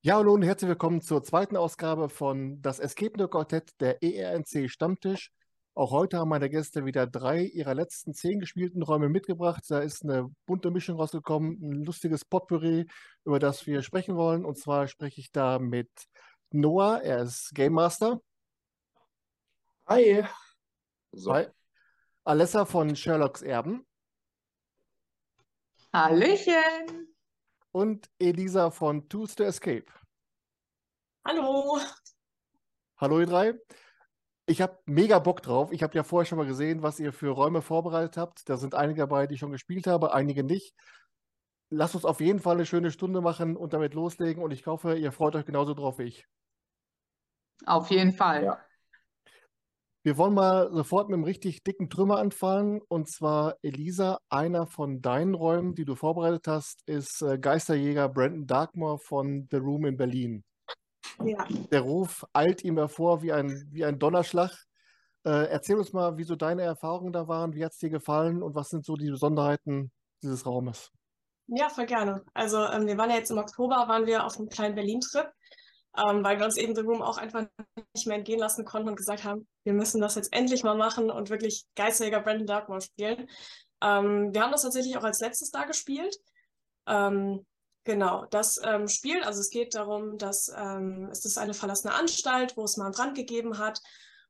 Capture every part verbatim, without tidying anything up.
Ja, hallo und herzlich willkommen zur zweiten Ausgabe von Das Escape Quartett, der E R N C Stammtisch. Auch heute haben meine Gäste wieder drei ihrer letzten zehn gespielten Räume mitgebracht. Da ist eine bunte Mischung rausgekommen, ein lustiges Potpourri, über das wir sprechen wollen. Und zwar spreche ich da mit Noah, er ist Game Master. Hi. So. Hi. Alessa von Sherlocks Erben Hallöchen. und Elisa von Tools to Escape. Hallo. Hallo ihr drei. Ich habe mega Bock drauf. Ich habe ja vorher schon mal gesehen, was ihr für Räume vorbereitet habt. Da sind einige dabei, die ich schon gespielt habe, einige nicht. Lasst uns auf jeden Fall eine schöne Stunde machen und damit loslegen. Und ich hoffe, ihr freut euch genauso drauf wie ich. Auf jeden Fall. Ja. Wir wollen mal sofort mit einem richtig dicken Trümmer anfangen. Und zwar, Elisa, einer von deinen Räumen, die du vorbereitet hast, ist äh, Geisterjäger Brandon Darkmoor von The Room in Berlin. Ja, Der Ruf eilt ihm hervor wie ein, wie ein Donnerschlag. Äh, erzähl uns mal, wie so deine Erfahrungen da waren, wie hat es dir gefallen und was sind so die Besonderheiten dieses Raumes? ja, voll gerne. Also ähm, wir waren ja jetzt im Oktober, waren wir auf einem kleinen Berlin-Trip, ähm, weil wir uns eben The Room auch einfach nicht mehr entgehen lassen konnten und gesagt haben, wir müssen das jetzt endlich mal machen und wirklich Geisterjäger Brandon Darkmoor spielen. Ähm, wir haben das tatsächlich auch als letztes da gespielt. Ähm, genau, das ähm, Spiel, also es geht darum, dass ähm, es ist eine verlassene Anstalt, wo es mal einen Brand gegeben hat.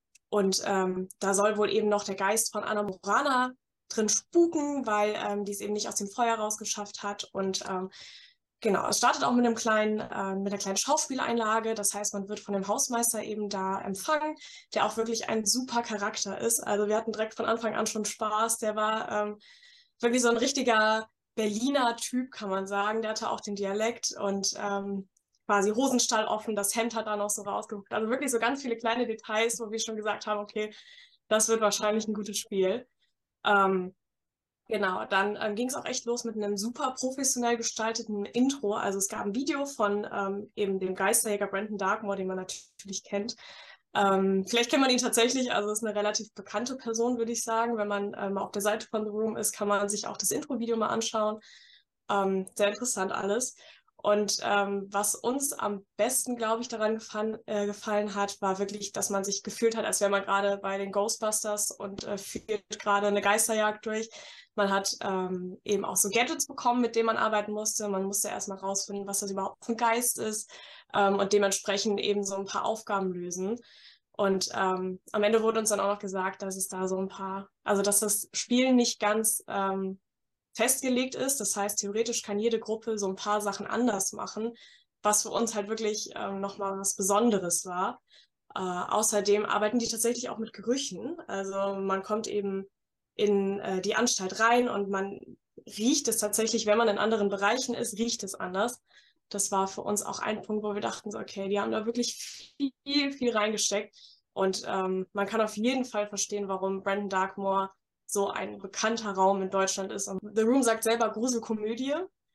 Und ähm, da soll wohl eben noch der Geist von Anna Morana drin spuken, weil ähm, die es eben nicht aus dem Feuer rausgeschafft hat. Und ähm, genau, es startet auch mit einem kleinen, äh, mit einer kleinen Schauspieleinlage. Das heißt, man wird von dem Hausmeister eben da empfangen, der auch wirklich ein super Charakter ist. Also wir hatten direkt von Anfang an schon Spaß. Der war ähm, wirklich so ein richtiger Berliner Typ, kann man sagen. Der hatte auch den Dialekt und ähm, quasi Hosenstall offen, das Hemd hat da noch so rausgeguckt. Also wirklich so ganz viele kleine Details, wo wir schon gesagt haben, okay, das wird wahrscheinlich ein gutes Spiel. Ähm, genau, dann ähm, ging es auch echt los mit einem super professionell gestalteten Intro. Also es gab ein Video von ähm, eben dem Geisterjäger Brandon Darkmoor, den man natürlich kennt. Ähm, vielleicht kennt man ihn tatsächlich, also ist eine relativ bekannte Person, würde ich sagen. Wenn man ähm, auf der Seite von The Room ist, kann man sich auch das Intro-Video mal anschauen. Ähm, sehr interessant alles. Und ähm, was uns am besten, glaube ich, daran gefallen, äh, gefallen hat, war wirklich, dass man sich gefühlt hat, als wäre man gerade bei den Ghostbusters und äh, führt gerade eine Geisterjagd durch. Man hat ähm, eben auch so Gadgets bekommen, mit denen man arbeiten musste. Man musste erstmal rausfinden, was das überhaupt für ein Geist ist ähm, und dementsprechend eben so ein paar Aufgaben lösen. Und ähm, am Ende wurde uns dann auch noch gesagt, dass es da so ein paar, also dass das Spiel nicht ganz ähm, festgelegt ist. Das heißt, theoretisch kann jede Gruppe so ein paar Sachen anders machen, was für uns halt wirklich ähm, nochmal was Besonderes war. Äh, außerdem arbeiten die tatsächlich auch mit Gerüchen. Also man kommt eben in äh, die Anstalt rein und man riecht es tatsächlich, wenn man in anderen Bereichen ist, riecht es anders. Das war für uns auch ein Punkt, wo wir dachten, so, okay, die haben da wirklich viel, viel reingesteckt. Und ähm, man kann auf jeden Fall verstehen, warum Brandon Darkmoor so ein bekannter Raum in Deutschland ist. Und The Room sagt selber Gruselkomödie.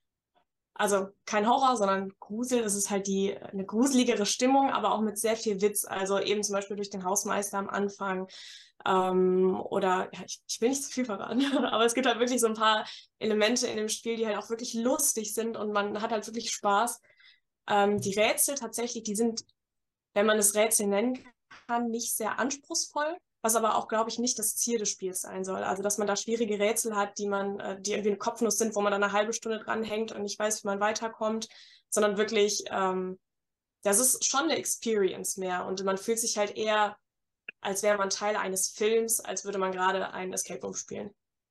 Also kein Horror, sondern Grusel. Es ist halt die eine gruseligere Stimmung, aber auch mit sehr viel Witz. Also eben zum Beispiel durch den Hausmeister am Anfang. Ähm, oder ja, ich, ich will nicht zu viel verraten, aber es gibt halt wirklich so ein paar Elemente in dem Spiel, die halt auch wirklich lustig sind und man hat halt wirklich Spaß. Ähm, die Rätsel tatsächlich, die sind, wenn man es Rätsel nennen kann, nicht sehr anspruchsvoll, was aber auch, glaube ich, nicht das Ziel des Spiels sein soll. Also, dass man da schwierige Rätsel hat, die man, äh, die irgendwie eine Kopfnuss sind, wo man dann eine halbe Stunde dranhängt und nicht weiß, wie man weiterkommt, sondern wirklich, ähm, das ist schon eine Experience mehr und man fühlt sich halt eher, als wäre man Teil eines Films, als würde man gerade ein Escape Room spielen.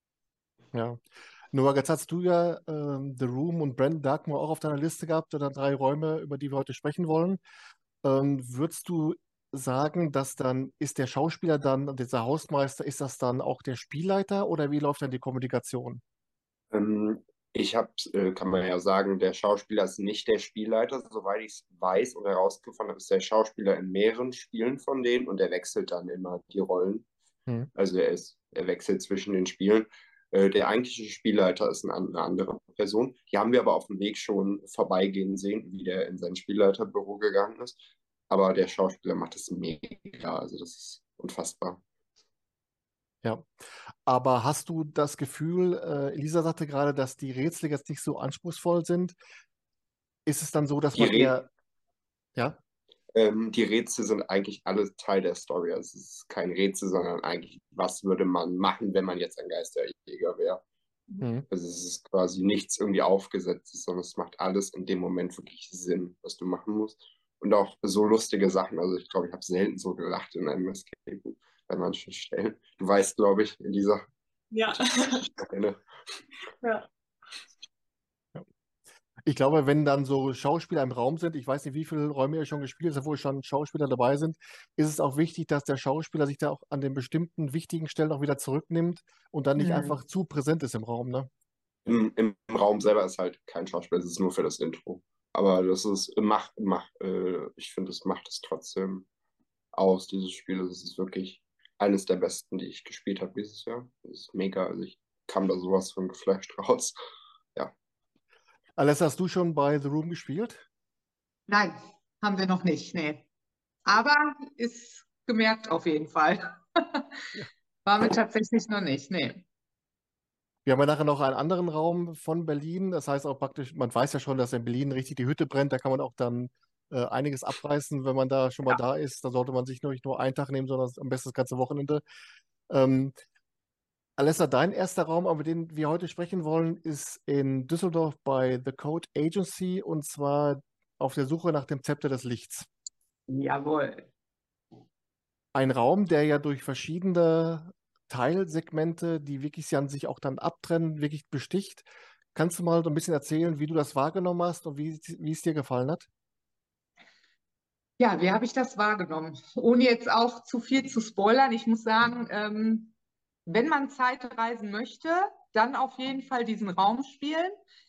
Ja. Noah, jetzt hast du ja ähm, The Room und Brandon Darkmoor auch auf deiner Liste gehabt, oder drei Räume, über die wir heute sprechen wollen. Ähm, würdest du sagen, dass dann, ist der Schauspieler dann, dieser Hausmeister, ist das dann auch der Spielleiter oder wie läuft dann die Kommunikation? Ähm, ich habe, äh, kann man ja sagen, der Schauspieler ist nicht der Spielleiter. Soweit ich es weiß und herausgefunden habe, ist der Schauspieler in mehreren Spielen von denen und er wechselt dann immer die Rollen. Hm. Also er ist, er wechselt zwischen den Spielen. Äh, der eigentliche Spielleiter ist eine, eine andere Person. Die haben wir aber auf dem Weg schon vorbeigehen sehen, wie der in sein Spielleiterbüro gegangen ist. Aber der Schauspieler macht es mega. Also das ist unfassbar. Ja. Aber hast du das Gefühl, äh, Elisa sagte gerade, dass die Rätsel jetzt nicht so anspruchsvoll sind? Ist es dann so, dass Die, man Rä eher. Ja. Ähm, die Rätsel sind eigentlich alle Teil der Story. Also es ist kein Rätsel, sondern eigentlich, was würde man machen, wenn man jetzt ein Geisterjäger wäre. Mhm. Also es ist quasi nichts irgendwie aufgesetztes, sondern es macht alles in dem Moment wirklich Sinn, was du machen musst. Und auch so lustige Sachen. Also ich glaube, ich habe selten so gelacht in einem Escape Room bei manchen Stellen. Du weißt, glaube ich, in dieser Ja. Stelle. Ja. Ich glaube, wenn dann so Schauspieler im Raum sind, ich weiß nicht, wie viele Räume ihr schon gespielt habt, wo schon Schauspieler dabei sind, ist es auch wichtig, dass der Schauspieler sich da auch an den bestimmten wichtigen Stellen auch wieder zurücknimmt und dann nicht Hm. einfach zu präsent ist im Raum, ne? Im, Im Raum selber ist halt kein Schauspiel, es ist nur für das Intro. Aber das ist, macht, macht, äh, ich finde, es macht es trotzdem aus, dieses Spiel. Es ist wirklich eines der besten, die ich gespielt habe dieses Jahr. Das ist mega. Also ich kam da sowas von geflasht raus. Ja. Alessa, hast du schon bei The Room gespielt? Nein, haben wir noch nicht, nee. Aber ist gemerkt auf jeden Fall. Ja. Waren wir tatsächlich noch nicht, nee. Wir haben ja nachher noch einen anderen Raum von Berlin. Das heißt auch praktisch, man weiß ja schon, dass in Berlin richtig die Hütte brennt. Da kann man auch dann äh, einiges abreißen, wenn man da schon mal Ja. da ist. Da sollte man sich nur nicht nur einen Tag nehmen, sondern am besten das ganze Wochenende. Ähm, Alessa, dein erster Raum, über den wir heute sprechen wollen, ist in Düsseldorf bei The Code Agency und zwar auf der Suche nach dem Zepter des Lichts. Jawohl. Ein Raum, der ja durch verschiedene Teilsegmente, die wirklich sie an sich auch dann abtrennen, wirklich besticht. Kannst du mal so ein bisschen erzählen, wie du das wahrgenommen hast und wie, wie es dir gefallen hat? Ja, wie habe ich das wahrgenommen? Ohne jetzt auch zu viel zu spoilern, ich muss sagen, ähm, wenn man Zeitreisen möchte, dann auf jeden Fall diesen Raum spielen.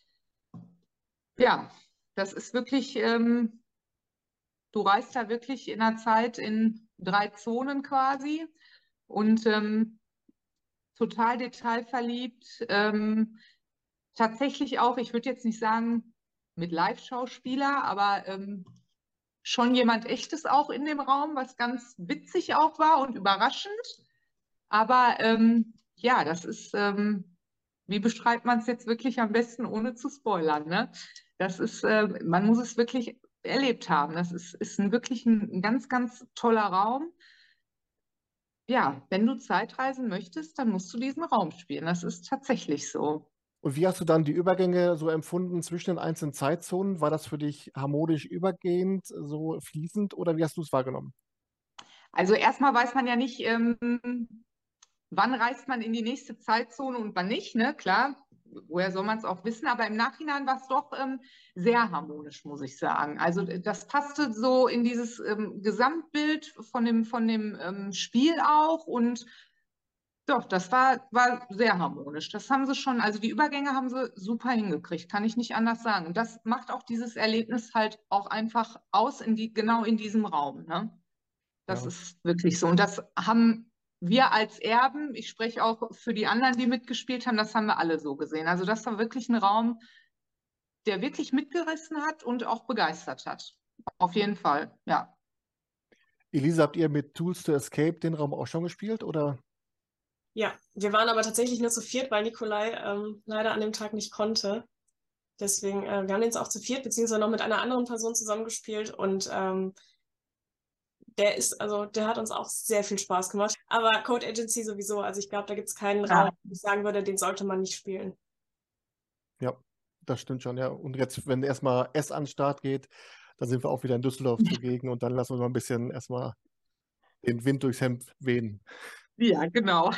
Ja, das ist wirklich, ähm, du reist da wirklich in der Zeit in drei Zonen quasi und ähm, total detailverliebt. Ähm, tatsächlich auch, ich würde jetzt nicht sagen mit Live-Schauspieler, aber ähm, schon jemand Echtes auch in dem Raum, was ganz witzig auch war und überraschend. Aber ähm, ja, das ist, ähm, wie beschreibt man es jetzt wirklich am besten, ohne zu spoilern, ne? Das ist, äh, man muss es wirklich erlebt haben. Das ist, ist ein, wirklich ein, ein ganz, ganz toller Raum. Ja, wenn du Zeitreisen möchtest, dann musst du diesen Raum spielen. Das ist tatsächlich so. Und wie hast du dann die Übergänge so empfunden zwischen den einzelnen Zeitzonen? War das für dich harmonisch übergehend, so fließend oder wie hast du es wahrgenommen? Also erstmal weiß man ja nicht, ähm, wann reist man in die nächste Zeitzone und wann nicht, ne? Klar, woher soll man es auch wissen? Aber im Nachhinein war es doch ähm, sehr harmonisch, muss ich sagen. Also das passte so in dieses ähm, Gesamtbild von dem, von dem ähm, Spiel auch und doch, das war, war sehr harmonisch. Das haben sie schon, also die Übergänge haben sie super hingekriegt, kann ich nicht anders sagen. Und das macht auch dieses Erlebnis halt auch einfach aus, in die, genau in diesem Raum, ne? Das Ja. ist wirklich so. Und das haben wir als Erben, ich spreche auch für die anderen, die mitgespielt haben, das haben wir alle so gesehen. Also das war wirklich ein Raum, der wirklich mitgerissen hat und auch begeistert hat. Auf jeden Fall, ja. Elisa, habt ihr mit Tools to Escape den Raum auch schon gespielt oder? Ja, wir waren aber tatsächlich nur zu viert, weil Nikolai ähm, leider an dem Tag nicht konnte. Deswegen, äh, wir haben den jetzt auch zu viert, beziehungsweise noch mit einer anderen Person zusammengespielt und ähm, der ist, also der hat uns auch sehr viel Spaß gemacht. Aber Code Agency sowieso, also ich glaube, da gibt es keinen Raum, wo ich sagen würde, den sollte man nicht spielen. Ja, das stimmt schon, ja. Und jetzt, wenn erstmal S an den Start geht, dann sind wir auch wieder in Düsseldorf zugegen und dann lassen wir mal ein bisschen erstmal den Wind durchs Hemd wehen. Ja, genau.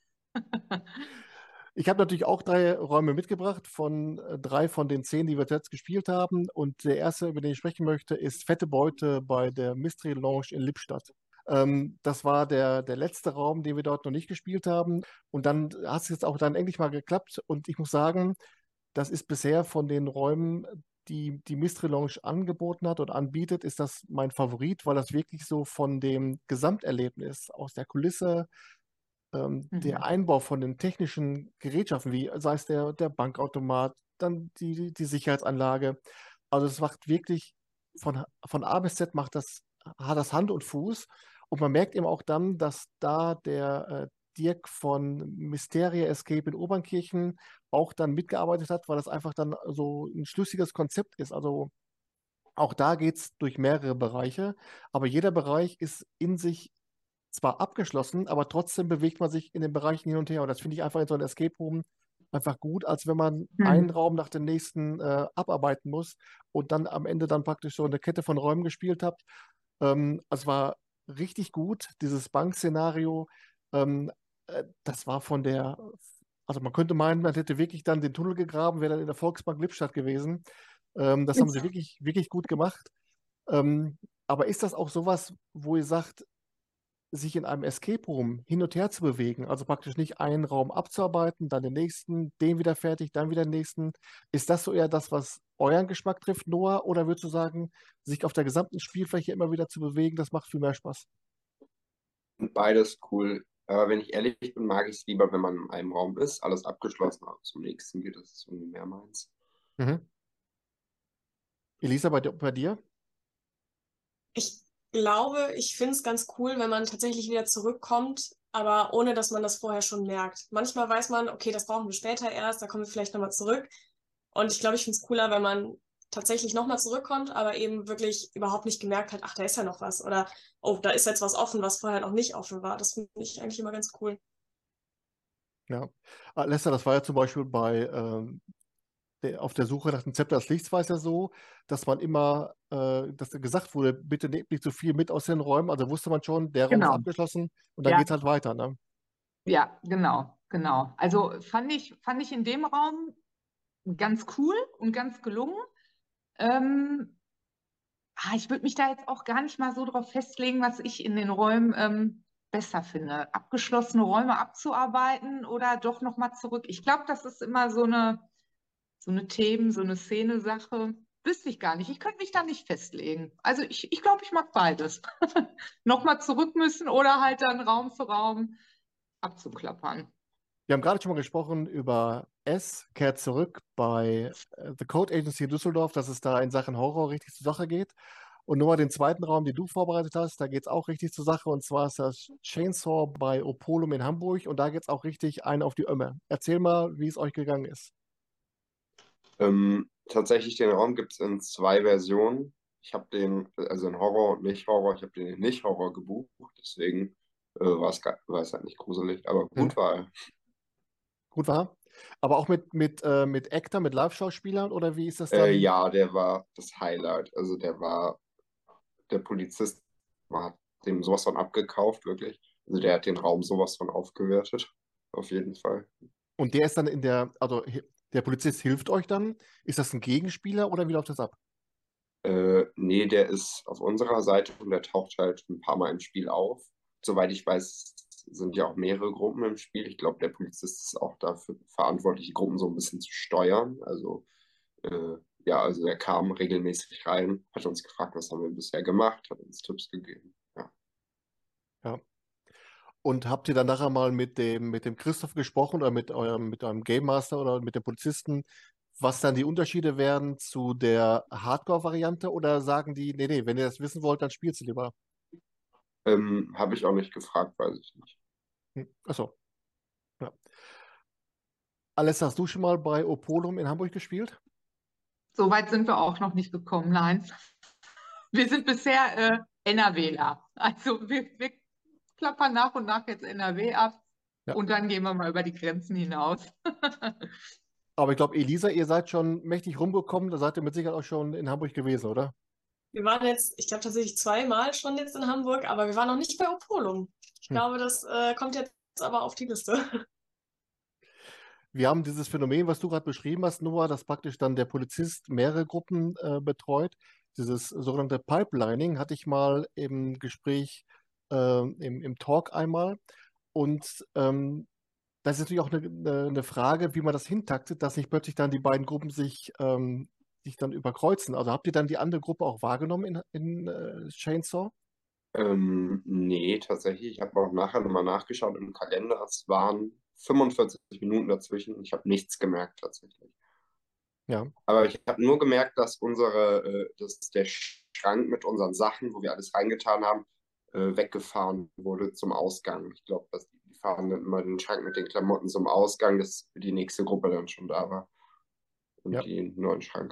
Ich habe natürlich auch drei Räume mitgebracht, von äh, drei von den zehn, die wir jetzt gespielt haben. Und der erste, über den ich sprechen möchte, ist Fette Beute bei der Mystery Lounge in Lippstadt. Ähm, das war der, der letzte Raum, den wir dort noch nicht gespielt haben. Und dann hat es jetzt auch dann endlich mal geklappt. Und ich muss sagen, das ist bisher von den Räumen, die die Mystery Lounge angeboten hat und anbietet, ist das mein Favorit, weil das wirklich so von dem Gesamterlebnis aus der Kulisse, ähm, der Mhm. Einbau von den technischen Gerätschaften, wie sei es der, der Bankautomat, dann die, die, die Sicherheitsanlage. Also es macht wirklich von, von A bis Z macht das, hat das Hand und Fuß. Und man merkt eben auch dann, dass da der äh, Dirk von Mysteria Escape in Obernkirchen auch dann mitgearbeitet hat, weil das einfach dann so ein schlüssiges Konzept ist. Also Auch da geht es durch mehrere Bereiche, aber jeder Bereich ist in sich zwar abgeschlossen, aber trotzdem bewegt man sich in den Bereichen hin und her. Und das finde ich einfach in so einem Escape Room einfach gut, als wenn man einen Hm. Raum nach dem nächsten äh, abarbeiten muss und dann am Ende dann praktisch so eine Kette von Räumen gespielt habt. Ähm, es war richtig gut, dieses Bankszenario. Ähm, äh, das war von der, also man könnte meinen, man hätte wirklich dann den Tunnel gegraben, wäre dann in der Volksbank Lippstadt gewesen. Ähm, das haben sie wirklich, wirklich gut gemacht. Ähm, aber ist das auch sowas, wo ihr sagt, sich in einem Escape Room hin und her zu bewegen, also praktisch nicht einen Raum abzuarbeiten, dann den nächsten, den wieder fertig, dann wieder den nächsten. Ist das so eher das, was euren Geschmack trifft, Noah? Oder würdest du sagen, sich auf der gesamten Spielfläche immer wieder zu bewegen, das macht viel mehr Spaß? Beides cool. Aber wenn ich ehrlich bin, mag ich es lieber, wenn man in einem Raum ist, alles abgeschlossen hat, zum nächsten geht, das ist irgendwie mehr meins. Mhm. Elisa, bei, di- bei dir? Ich glaube, ich finde es ganz cool, wenn man tatsächlich wieder zurückkommt, aber ohne, dass man das vorher schon merkt. Manchmal weiß man, okay, das brauchen wir später erst, da kommen wir vielleicht nochmal zurück. Und ich glaube, ich finde es cooler, wenn man tatsächlich nochmal zurückkommt, aber eben wirklich überhaupt nicht gemerkt hat, ach, da ist ja noch was. Oder, oh, da ist jetzt was offen, was vorher noch nicht offen war. Das finde ich eigentlich immer ganz cool. Ja. Ah, Lester, das war ja zum Beispiel bei ähm, der, auf der Suche nach dem Zepter des Lichts war es ja so, dass man immer, äh, dass gesagt wurde, bitte nehmt nicht zu viel mit aus den Räumen. Also wusste man schon, der Raum ist Genau. abgeschlossen und dann Ja, geht es halt weiter. Ne? ja, genau, genau. Also fand ich, fand ich in dem Raum ganz cool und ganz gelungen. Ähm, ah, ich würde mich da jetzt auch gar nicht mal so drauf festlegen, was ich in den Räumen ähm, besser finde. Abgeschlossene Räume abzuarbeiten oder doch nochmal zurück. Ich glaube, das ist immer so eine, so eine Themen-, so eine Szene-Sache. Wüsste ich gar nicht. Ich könnte mich da nicht festlegen. Also ich, ich glaube, ich mag beides. Nochmal zurück müssen oder halt dann Raum für Raum abzuklappern. Wir haben gerade schon mal gesprochen über S, kehrt zurück bei äh, The Code Agency in Düsseldorf, dass es da in Sachen Horror richtig zur Sache geht. Und nur mal den zweiten Raum, den du vorbereitet hast, da geht es auch richtig zur Sache. Und zwar ist das Chainsaw bei Opolum in Hamburg. Und da geht es auch richtig ein auf die Ömme. Erzähl mal, wie es euch gegangen ist. Ähm, tatsächlich, den Raum gibt es in zwei Versionen. Ich habe den, also in Horror und Nicht-Horror, ich habe den in Nicht-Horror gebucht, deswegen äh, war es gar- war es halt nicht gruselig, aber Hm, gut war er. gut war. Aber auch mit, mit, äh, mit Actor, mit Live-Schauspielern oder wie ist das Äh, dann? ja, der war das Highlight. Also der war, der Polizist hat dem sowas von abgekauft, wirklich. Also der hat den Raum sowas von aufgewertet, auf jeden Fall. Und der ist dann in der, also hi- der Polizist hilft euch dann? Ist das ein Gegenspieler oder wie läuft das ab? Äh, nee, der ist auf unserer Seite und der taucht halt ein paar Mal im Spiel auf. Soweit ich weiß, sind ja auch mehrere Gruppen im Spiel. Ich glaube, der Polizist ist auch dafür verantwortlich, die Gruppen so ein bisschen zu steuern. Also, äh, ja, also er kam regelmäßig rein, hat uns gefragt, was haben wir bisher gemacht, hat uns Tipps gegeben. Ja. Ja. Und habt ihr dann nachher mal mit dem, mit dem Christoph gesprochen oder mit eurem, mit eurem Game Master oder mit dem Polizisten, was dann die Unterschiede wären zu der Hardcore-Variante oder sagen die, nee, nee, wenn ihr das wissen wollt, dann spielt sie lieber. Ähm, habe ich auch nicht gefragt, weiß ich nicht. Hm. Achso, ja. Alessa, hast du schon mal bei Opolum in Hamburg gespielt? So weit sind wir auch noch nicht gekommen, nein. Wir sind bisher äh, NRWler. Also wir, wir klappern nach und nach jetzt N R W ab Ja. und dann gehen wir mal über die Grenzen hinaus. Aber ich glaube, Elisa, ihr seid schon mächtig rumgekommen, da seid ihr mit Sicherheit auch schon in Hamburg gewesen, oder? Wir waren jetzt, ich glaube tatsächlich zweimal schon jetzt in Hamburg, aber wir waren noch nicht bei Opolum. Ich Hm. glaube, das äh, kommt jetzt aber auf die Liste. Wir haben dieses Phänomen, was du gerade beschrieben hast, Noah, dass praktisch dann der Polizist mehrere Gruppen äh, betreut. Dieses sogenannte Pipelining hatte ich mal im Gespräch, äh, im, im Talk einmal. Und ähm, das ist natürlich auch eine, eine, eine Frage, wie man das hintaktet, dass nicht plötzlich dann die beiden Gruppen sich, ähm, sich dann überkreuzen. Also habt ihr dann die andere Gruppe auch wahrgenommen in, in äh, Chainsaw? Ähm, nee, tatsächlich. Ich habe auch nachher nochmal nachgeschaut im Kalender. Es waren fünfundvierzig Minuten dazwischen. Ich habe nichts gemerkt tatsächlich. Ja, Aber ich habe nur gemerkt, dass unsere, äh, dass der Schrank mit unseren Sachen, wo wir alles reingetan haben, äh, weggefahren wurde zum Ausgang. Ich glaube, dass die, die fahren dann immer den Schrank mit den Klamotten zum Ausgang, dass die nächste Gruppe dann schon da war und ja. die einen neuen Schrank hat.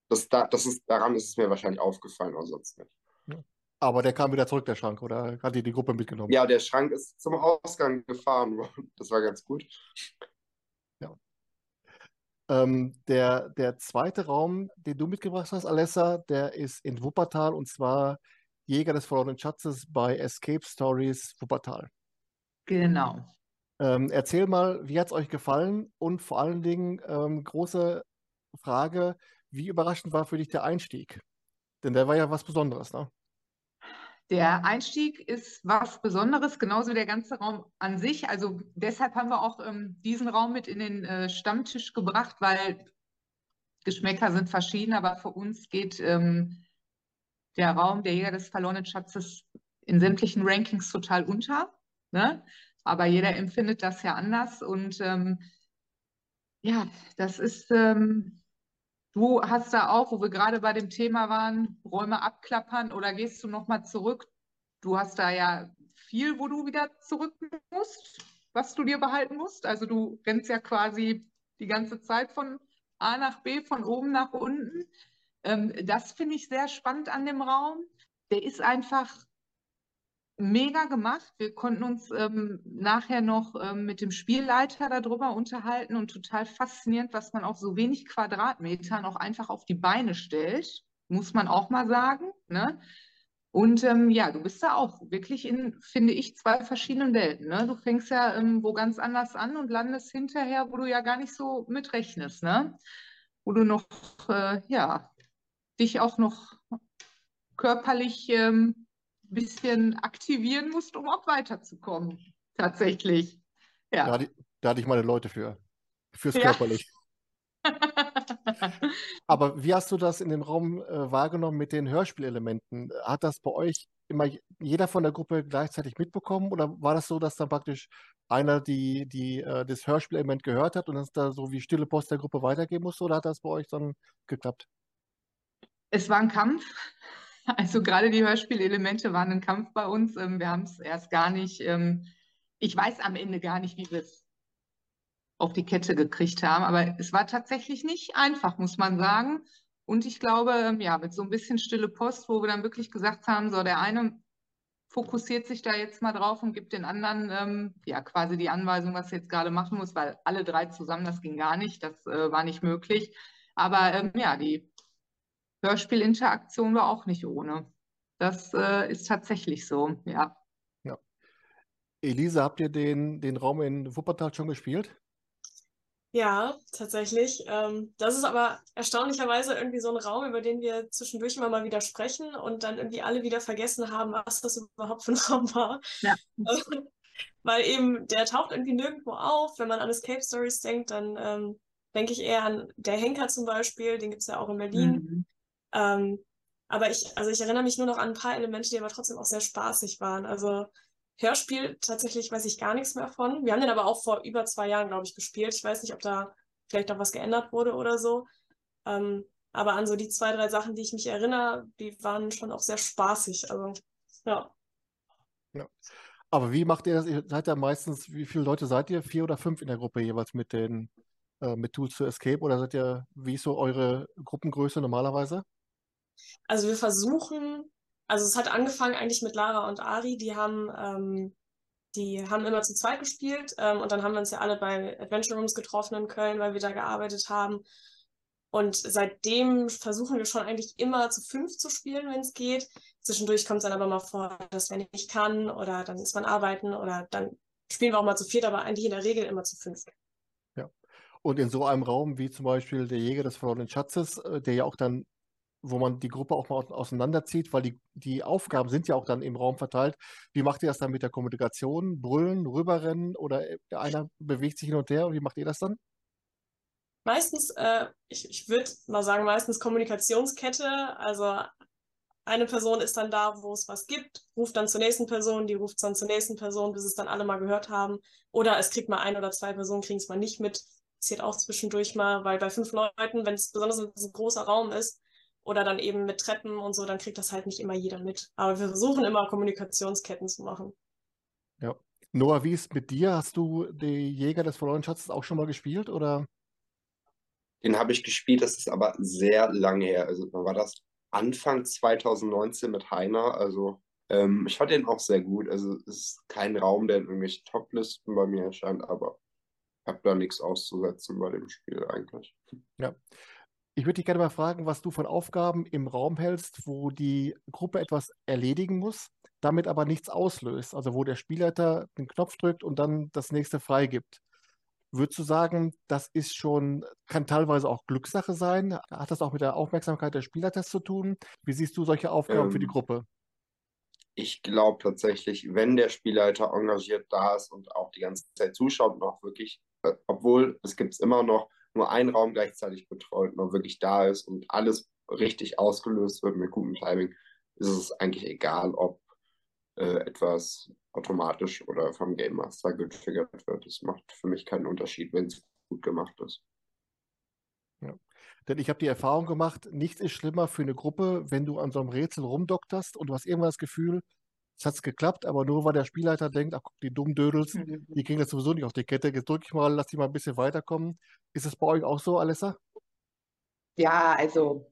Das, da, das ist, daran ist es mir wahrscheinlich aufgefallen, aber sonst nicht. Aber der kam wieder zurück, der Schrank, oder hat die die Gruppe mitgenommen? Ja, der Schrank ist zum Ausgang gefahren worden. Das war ganz gut. Ja. Ähm, der, der zweite Raum, den du mitgebracht hast, Alessa, der ist in Wuppertal, und zwar Jäger des verlorenen Schatzes bei Escape Stories Wuppertal. Genau. Ähm, erzähl mal, wie hat es euch gefallen? Und vor allen Dingen, ähm, große Frage, wie überraschend war für dich der Einstieg? Denn der war ja was Besonderes, ne? Der Einstieg ist was Besonderes, genauso wie der ganze Raum an sich. Also deshalb haben wir auch ähm, diesen Raum mit in den äh, Stammtisch gebracht, weil Geschmäcker sind verschieden, aber für uns geht ähm, der Raum der Jäger des verlorenen Schatzes in sämtlichen Rankings total unter. Ne? Aber jeder empfindet das ja anders. Und ähm, ja, das ist, ähm, du hast da auch, wo wir gerade bei dem Thema waren, Räume abklappern, oder gehst du nochmal zurück? Du hast da ja viel, wo du wieder zurück musst, was du dir behalten musst. Also du rennst ja quasi die ganze Zeit von A nach B, von oben nach unten. Ähm, das finde ich sehr spannend an dem Raum. Der ist einfach mega gemacht. Wir konnten uns ähm, nachher noch ähm, mit dem Spielleiter darüber unterhalten, und total faszinierend, was man auf so wenig Quadratmetern auch einfach auf die Beine stellt, muss man auch mal sagen. Ne? Und ähm, ja, du bist da auch wirklich in, finde ich, zwei verschiedenen Welten. Ne? Du fängst ja ähm, wo ganz anders an und landest hinterher, wo du ja gar nicht so mit rechnest. Ne? Wo du noch, äh, ja, dich auch noch körperlich ähm, ein bisschen aktivieren musst, um auch weiterzukommen. Tatsächlich. Da Ja. hatte ich, da hatte ich meine Leute für. Fürs Ja. körperlich. Aber wie hast du das in dem Raum äh, wahrgenommen mit den Hörspielelementen? Hat das bei euch immer jeder von der Gruppe gleichzeitig mitbekommen, oder war das so, dass dann praktisch einer die, die, äh, das Hörspielelement gehört hat und das da so wie stille Post der Gruppe weitergeben musste, oder hat das bei euch dann geklappt? Es war ein Kampf. Also gerade die Hörspielelemente waren ein Kampf bei uns. Ähm, Wir haben es erst gar nicht, ähm, ich weiß am Ende gar nicht, wie wir es auf die Kette gekriegt haben, aber es war tatsächlich nicht einfach, muss man sagen. Und ich glaube, ähm, ja, mit so ein bisschen stille Post, wo wir dann wirklich gesagt haben, so der eine fokussiert sich da jetzt mal drauf und gibt den anderen ähm, ja quasi die Anweisung, was er jetzt gerade machen muss, weil alle drei zusammen, das ging gar nicht, das äh, war nicht möglich. Aber ähm, ja, die Hörspielinteraktion war auch nicht ohne. Das äh, ist tatsächlich so, ja. Ja. Elisa, habt ihr den, den Raum in Wuppertal schon gespielt? Ja, tatsächlich. Ähm, das ist aber erstaunlicherweise irgendwie so ein Raum, über den wir zwischendurch immer mal wieder sprechen und dann irgendwie alle wieder vergessen haben, was das überhaupt für ein Raum war. Ja. Weil eben, der taucht irgendwie nirgendwo auf. Wenn man an Escape Stories denkt, dann ähm, denke ich eher an der Henker zum Beispiel, den gibt es ja auch in Berlin. Mhm. Ähm, aber ich, also ich erinnere mich nur noch an ein paar Elemente, die aber trotzdem auch sehr spaßig waren. Also Hörspiel, tatsächlich weiß ich gar nichts mehr von. Wir haben den aber auch vor über zwei Jahren, glaube ich, gespielt. Ich weiß nicht, ob da vielleicht auch was geändert wurde oder so. Ähm, aber an so die zwei, drei Sachen, die ich mich erinnere, die waren schon auch sehr spaßig. Also, ja. Ja. Aber wie macht ihr das? Ihr seid ja meistens, wie viele Leute seid ihr? Vier oder fünf in der Gruppe jeweils mit den äh, mit Tools to Escape? Oder seid ihr, wie ist so eure Gruppengröße normalerweise? Also wir versuchen, also es hat angefangen eigentlich mit Lara und Ari, die haben, ähm, die haben immer zu zweit gespielt ähm, und dann haben wir uns ja alle bei Adventure Rooms getroffen in Köln, weil wir da gearbeitet haben. Und seitdem versuchen wir schon eigentlich immer zu fünf zu spielen, wenn es geht. Zwischendurch kommt es dann aber mal vor, dass wer nicht kann oder dann ist man arbeiten oder dann spielen wir auch mal zu viert, aber eigentlich in der Regel immer zu fünf. Ja. Und in so einem Raum wie zum Beispiel der Jäger des verlorenen Schatzes, äh, der ja auch dann, wo man die Gruppe auch mal au- auseinanderzieht, weil die, die Aufgaben sind ja auch dann im Raum verteilt. Wie macht ihr das dann mit der Kommunikation? Brüllen, rüberrennen, oder äh, einer bewegt sich hin und her? Und wie macht ihr das dann? Meistens, äh, ich, ich würde mal sagen, meistens Kommunikationskette. Also eine Person ist dann da, wo es was gibt, ruft dann zur nächsten Person, die ruft dann zur nächsten Person, bis es dann alle mal gehört haben. Oder es kriegt mal ein oder zwei Personen, kriegen es mal nicht mit. Passiert auch zwischendurch mal, weil bei fünf Leuten, wenn es besonders wenn es ein großer Raum ist oder dann eben mit Treppen und so, dann kriegt das halt nicht immer jeder mit. Aber wir versuchen immer Kommunikationsketten zu machen. Ja. Noah, wie ist mit dir? Hast du die Jäger des verlorenen Schatzes auch schon mal gespielt, oder? Den habe ich gespielt, das ist aber sehr lange her. Also wann war das? Anfang zwanzig neunzehn mit Heiner. Also ähm, ich fand den auch sehr gut. Also es ist kein Raum, der in irgendwelchen Top-Listen bei mir erscheint, aber ich habe da nichts auszusetzen bei dem Spiel eigentlich. Ja. Ich würde dich gerne mal fragen, was du von Aufgaben im Raum hältst, wo die Gruppe etwas erledigen muss, damit aber nichts auslöst. Also wo der Spielleiter den Knopf drückt und dann das nächste freigibt. Würdest du sagen, das ist schon, kann teilweise auch Glückssache sein? Hat das auch mit der Aufmerksamkeit des Spielleiters zu tun? Wie siehst du solche Aufgaben für die Ähm, Gruppe? Ich glaube tatsächlich, wenn der Spielleiter engagiert da ist und auch die ganze Zeit zuschaut und auch wirklich, äh, obwohl es gibt immer noch nur einen Raum gleichzeitig betreut und auch wirklich da ist und alles richtig ausgelöst wird mit gutem Timing, ist es eigentlich egal, ob äh, etwas automatisch oder vom Game Master getriggert wird. Das macht für mich keinen Unterschied, wenn es gut gemacht ist. Ja. Denn ich habe die Erfahrung gemacht, nichts ist schlimmer für eine Gruppe, wenn du an so einem Rätsel rumdokterst und du hast irgendwann das Gefühl, es hat geklappt, aber nur weil der Spielleiter denkt, ach guck, die dummen Dödels, Mhm. die kriegen das sowieso nicht auf die Kette, jetzt drücke ich mal, lass die mal ein bisschen weiterkommen. Ist es bei euch auch so, Alessa? Ja, also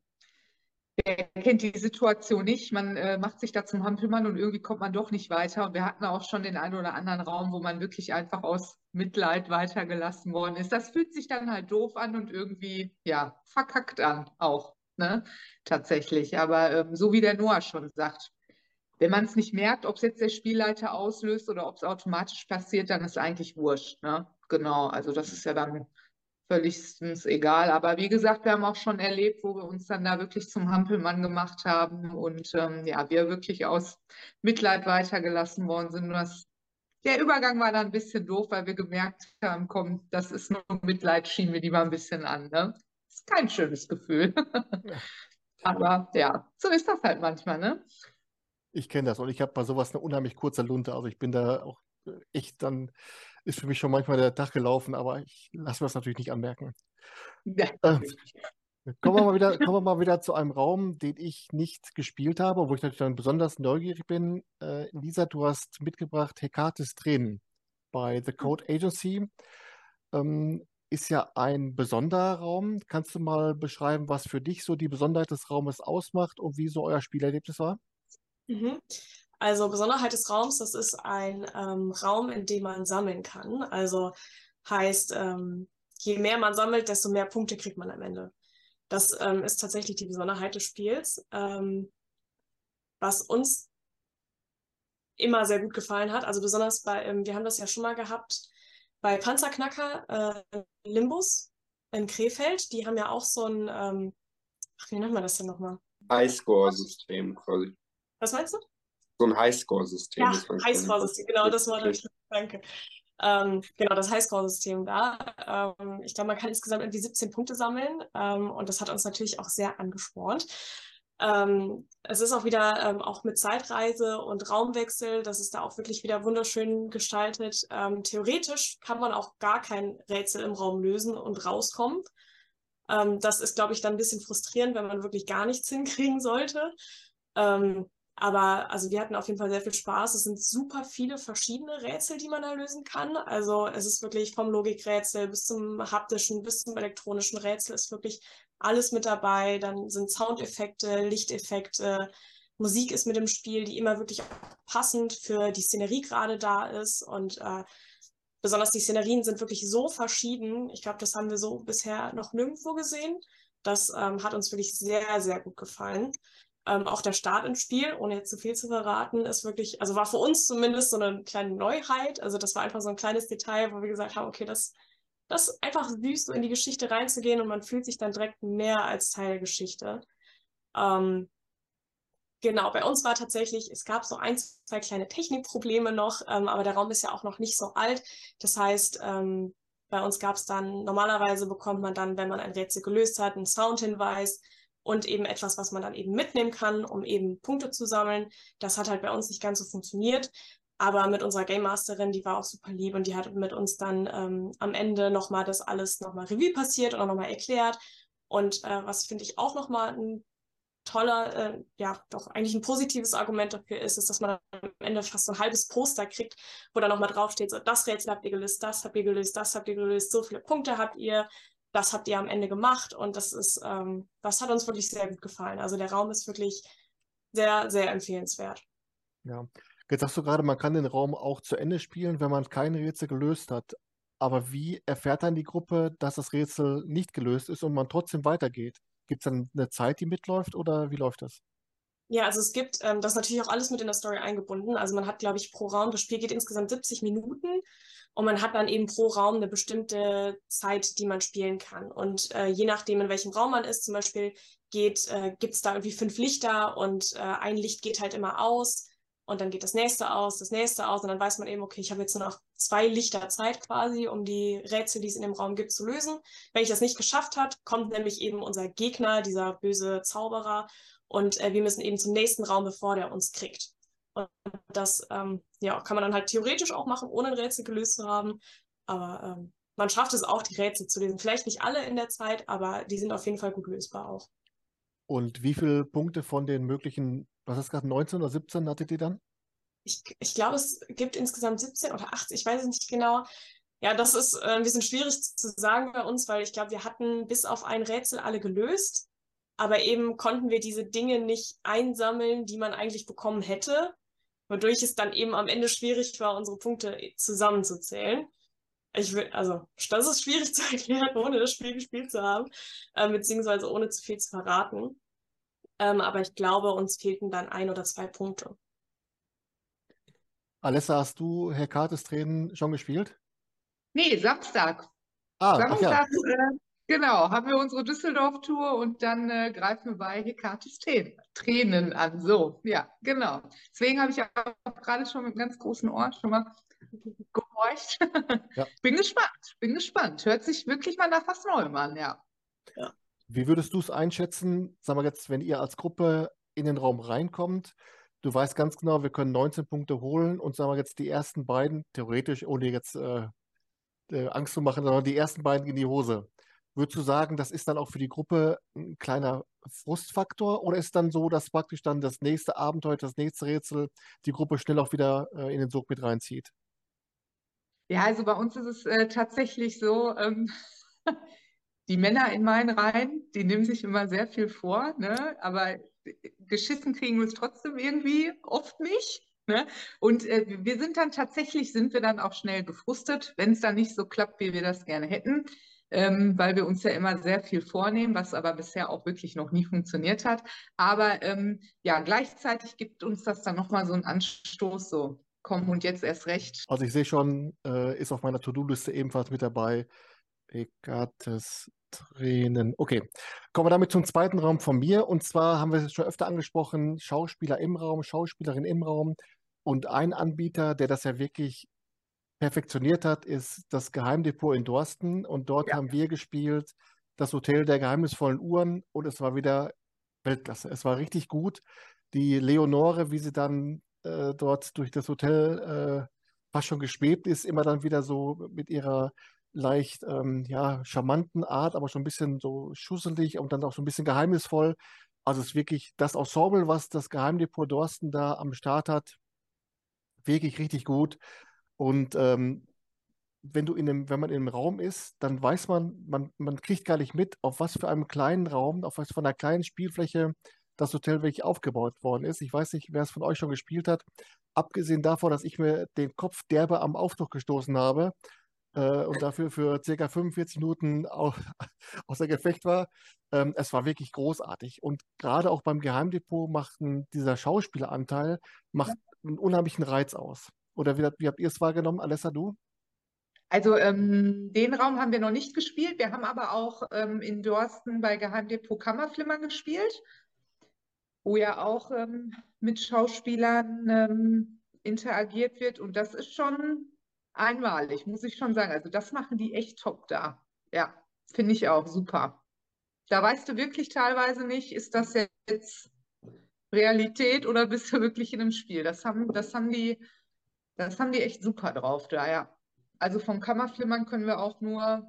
wer kennt die Situation nicht? Man äh, macht sich da zum Hampelmann und irgendwie kommt man doch nicht weiter. Und wir hatten auch schon den einen oder anderen Raum, wo man wirklich einfach aus Mitleid weitergelassen worden ist. Das fühlt sich dann halt doof an und irgendwie, ja, verkackt an auch, ne? Tatsächlich. Aber ähm, so wie der Noah schon sagt, wenn man es nicht merkt, ob es jetzt der Spielleiter auslöst oder ob es automatisch passiert, dann ist eigentlich wurscht, ne? Genau, also das ist ja dann völligstens egal. Aber wie gesagt, wir haben auch schon erlebt, wo wir uns dann da wirklich zum Hampelmann gemacht haben und ähm, ja, wir wirklich aus Mitleid weitergelassen worden sind. Und das, der Übergang war dann ein bisschen doof, weil wir gemerkt haben, komm, das ist nur Mitleid, schieben wir lieber ein bisschen an. Ne? Ist kein schönes Gefühl. Ja. Aber ja, so ist das halt manchmal, ne? Ich kenne das und ich habe bei sowas eine unheimlich kurze Lunte. Also ich bin da auch äh, echt, dann ist für mich schon manchmal der Tag gelaufen, aber ich lasse mir das natürlich nicht anmerken. Ja, Äh, kommen wir mal wieder, kommen wir mal wieder zu einem Raum, den ich nicht gespielt habe, wo ich natürlich dann besonders neugierig bin. Äh, Lisa, du hast mitgebracht Hekates Tränen bei The Code Agency. Ähm, ist ja ein besonderer Raum. Kannst du mal beschreiben, was für dich so die Besonderheit des Raumes ausmacht und wie so euer Spielerlebnis war? Mhm. Also Besonderheit des Raums, das ist ein ähm, Raum, in dem man sammeln kann. Also heißt, ähm, je mehr man sammelt, desto mehr Punkte kriegt man am Ende. Das ähm, ist tatsächlich die Besonderheit des Spiels. Ähm, was uns immer sehr gut gefallen hat, also besonders bei, ähm, wir haben das ja schon mal gehabt, bei Panzerknacker, äh, Limbus in Krefeld, die haben ja auch so ein, ähm, ach, wie nennt man das denn nochmal? Highscore-System quasi. Was meinst du? So ein Highscore-System. Ja, Das fand ich Highscore-System, genau, das war wirklich. das. Danke. Ähm, genau, das Highscore-System da. Ähm, ich glaube, man kann insgesamt irgendwie siebzehn Punkte sammeln ähm, und das hat uns natürlich auch sehr angespornt. Ähm, es ist auch wieder ähm, auch mit Zeitreise und Raumwechsel, das ist da auch wirklich wieder wunderschön gestaltet. Ähm, theoretisch kann man auch gar kein Rätsel im Raum lösen und rauskommen. Ähm, das ist, glaube ich, dann ein bisschen frustrierend, wenn man wirklich gar nichts hinkriegen sollte. Ähm, aber also wir hatten auf jeden Fall sehr viel Spaß. Es sind super viele verschiedene Rätsel, die man da lösen kann. Also es ist wirklich vom Logikrätsel bis zum haptischen, bis zum elektronischen Rätsel ist wirklich alles mit dabei. Dann sind Soundeffekte, Lichteffekte, Musik ist mit im Spiel, die immer wirklich passend für die Szenerie gerade da ist. Und äh, besonders die Szenerien sind wirklich so verschieden. Ich glaube, das haben wir so bisher noch nirgendwo gesehen. Das ähm, hat uns wirklich sehr, sehr gut gefallen. Ähm, auch der Start ins Spiel, ohne jetzt zu viel zu verraten, ist wirklich, also war für uns zumindest so eine kleine Neuheit. Also das war einfach so ein kleines Detail, wo wir gesagt haben, okay, das, das ist einfach süß, so in die Geschichte reinzugehen und man fühlt sich dann direkt mehr als Teil der Geschichte. Ähm, Genau, bei uns war tatsächlich, es gab so ein, zwei kleine Technikprobleme noch, ähm, aber der Raum ist ja auch noch nicht so alt. Das heißt, ähm, bei uns gab es dann, normalerweise bekommt man dann, wenn man ein Rätsel gelöst hat, einen Soundhinweis und eben etwas, was man dann eben mitnehmen kann, um eben Punkte zu sammeln. Das hat halt bei uns nicht ganz so funktioniert. Aber mit unserer Game Masterin, die war auch super lieb und die hat mit uns dann ähm, am Ende nochmal das alles nochmal Revue passiert und auch nochmal erklärt. Und äh, was finde ich auch nochmal ein toller, äh, ja, doch eigentlich ein positives Argument dafür ist, ist, dass man am Ende fast so ein halbes Poster kriegt, wo dann nochmal draufsteht, so, das Rätsel habt ihr gelöst, das habt ihr gelöst, das habt ihr gelöst, so viele Punkte habt ihr. das habt ihr am Ende gemacht und das ist, ähm, das hat uns wirklich sehr gut gefallen. Also der Raum ist wirklich sehr, sehr empfehlenswert. Ja. Jetzt sagst du gerade, man kann den Raum auch zu Ende spielen, wenn man kein Rätsel gelöst hat. Aber wie erfährt dann die Gruppe, dass das Rätsel nicht gelöst ist und man trotzdem weitergeht? Gibt es dann eine Zeit, die mitläuft oder wie läuft das? Ja, also es gibt, ähm, das ist natürlich auch alles mit in der Story eingebunden. Also man hat, glaube ich, pro Raum, das Spiel geht insgesamt siebzig Minuten und man hat dann eben pro Raum eine bestimmte Zeit, die man spielen kann. Und äh, je nachdem, in welchem Raum man ist, zum Beispiel geht, äh, gibt es da irgendwie fünf Lichter und äh, ein Licht geht halt immer aus und dann geht das nächste aus, das nächste aus und dann weiß man eben, okay, ich habe jetzt nur noch zwei Lichter Zeit quasi, um die Rätsel, die es in dem Raum gibt, zu lösen. Wenn ich das nicht geschafft habe, kommt nämlich eben unser Gegner, dieser böse Zauberer, und äh, wir müssen eben zum nächsten Raum, bevor der uns kriegt. Und das ähm, ja, kann man dann halt theoretisch auch machen, ohne ein Rätsel gelöst zu haben. Aber ähm, man schafft es auch, die Rätsel zu lösen. Vielleicht nicht alle in der Zeit, aber die sind auf jeden Fall gut lösbar auch. Und wie viele Punkte von den möglichen, was hast du gerade, neunzehn oder siebzehn hattet ihr dann? Ich, ich glaube, es gibt insgesamt siebzehn oder achtzehn, ich weiß es nicht genau. Ja, das ist äh, ein bisschen schwierig zu sagen bei uns, weil ich glaube, wir hatten bis auf ein Rätsel alle gelöst. Aber eben konnten wir diese Dinge nicht einsammeln, die man eigentlich bekommen hätte, wodurch es dann eben am Ende schwierig war, unsere Punkte zusammenzuzählen. Ich will, also, das ist schwierig zu erklären, ohne das Spiel gespielt zu haben, äh, beziehungsweise ohne zu viel zu verraten. Ähm, aber ich glaube, uns fehlten dann ein oder zwei Punkte. Alessa, hast du Herr Kartes Tränen schon gespielt? Nee, Samstag. Ah, ach ja. Samstag, äh, genau, haben wir unsere Düsseldorf-Tour und dann äh, greifen wir bei Hekates Tränen, Tränen an. So, ja, genau. Deswegen habe ich auch gerade schon mit einem ganz großen Ohr schon mal gehorcht. Ja. Bin gespannt, bin gespannt. Hört sich wirklich mal nach was Neuem an, ja. Wie würdest du es einschätzen, sagen wir jetzt, wenn ihr als Gruppe in den Raum reinkommt, du weißt ganz genau, wir können neunzehn Punkte holen und sagen wir jetzt die ersten beiden, theoretisch, ohne jetzt äh, äh, Angst zu machen, sondern die ersten beiden in die Hose. Würdest du sagen, das ist dann auch für die Gruppe ein kleiner Frustfaktor oder ist dann so, dass praktisch dann das nächste Abenteuer, das nächste Rätsel die Gruppe schnell auch wieder äh, in den Sog mit reinzieht? Ja, also bei uns ist es äh, tatsächlich so, ähm, die Männer in meinen Reihen, die nehmen sich immer sehr viel vor, ne? Aber geschissen kriegen wir es trotzdem irgendwie oft nicht. Ne? Und äh, wir sind dann tatsächlich, sind wir dann auch schnell gefrustet, wenn es dann nicht so klappt, wie wir das gerne hätten, ähm, weil wir uns ja immer sehr viel vornehmen, was aber bisher auch wirklich noch nie funktioniert hat. Aber ähm, ja, gleichzeitig gibt uns das dann nochmal so einen Anstoß, so komm und jetzt erst recht. Also ich sehe schon, äh, ist auf meiner To-Do-Liste ebenfalls mit dabei. Hekates Tränen. Okay, kommen wir damit zum zweiten Raum von mir. Und zwar haben wir es schon öfter angesprochen, Schauspieler im Raum, Schauspielerin im Raum. Und ein Anbieter, der das ja wirklich perfektioniert hat, ist das Geheimdepot in Dorsten. Und dort Ja. haben wir gespielt das Hotel der geheimnisvollen Uhren. Und es war wieder Weltklasse. Es war richtig gut. Die Leonore, wie sie dann äh, dort durch das Hotel äh, fast schon geschwebt ist, immer dann wieder so mit ihrer leicht ähm, ja, charmanten Art, aber schon ein bisschen so schusselig und dann auch so ein bisschen geheimnisvoll. Also es ist wirklich das Ensemble, was das Geheimdepot Dorsten da am Start hat, wirklich richtig gut. Und ähm, wenn du in einem, wenn man in einem Raum ist, dann weiß man, man, man kriegt gar nicht mit, auf was für einem kleinen Raum, auf was von einer kleinen Spielfläche das Hotel wirklich aufgebaut worden ist. Ich weiß nicht, wer es von euch schon gespielt hat. Abgesehen davon, dass ich mir den Kopf derbe am Aufzug gestoßen habe äh, und dafür für circa fünfundvierzig Minuten au außer Gefecht war. Ähm, es war wirklich großartig. Und gerade auch beim Geheimdepot macht ein, dieser Schauspieleranteil macht einen unheimlichen Reiz aus. Oder wie, wie habt ihr es wahrgenommen, Alessa, du? Also ähm, den Raum haben wir noch nicht gespielt. Wir haben aber auch ähm, in Dorsten bei Geheimdepot Kammerflimmern gespielt, wo ja auch ähm, mit Schauspielern ähm, interagiert wird. Und das ist schon einmalig, muss ich schon sagen. Also das machen die echt top da. Ja, finde ich auch super. Da weißt du wirklich teilweise nicht, ist das jetzt Realität oder bist du wirklich in einem Spiel? Das haben, das haben die, das haben die echt super drauf da, ja. Also vom Kammerflimmern können wir auch nur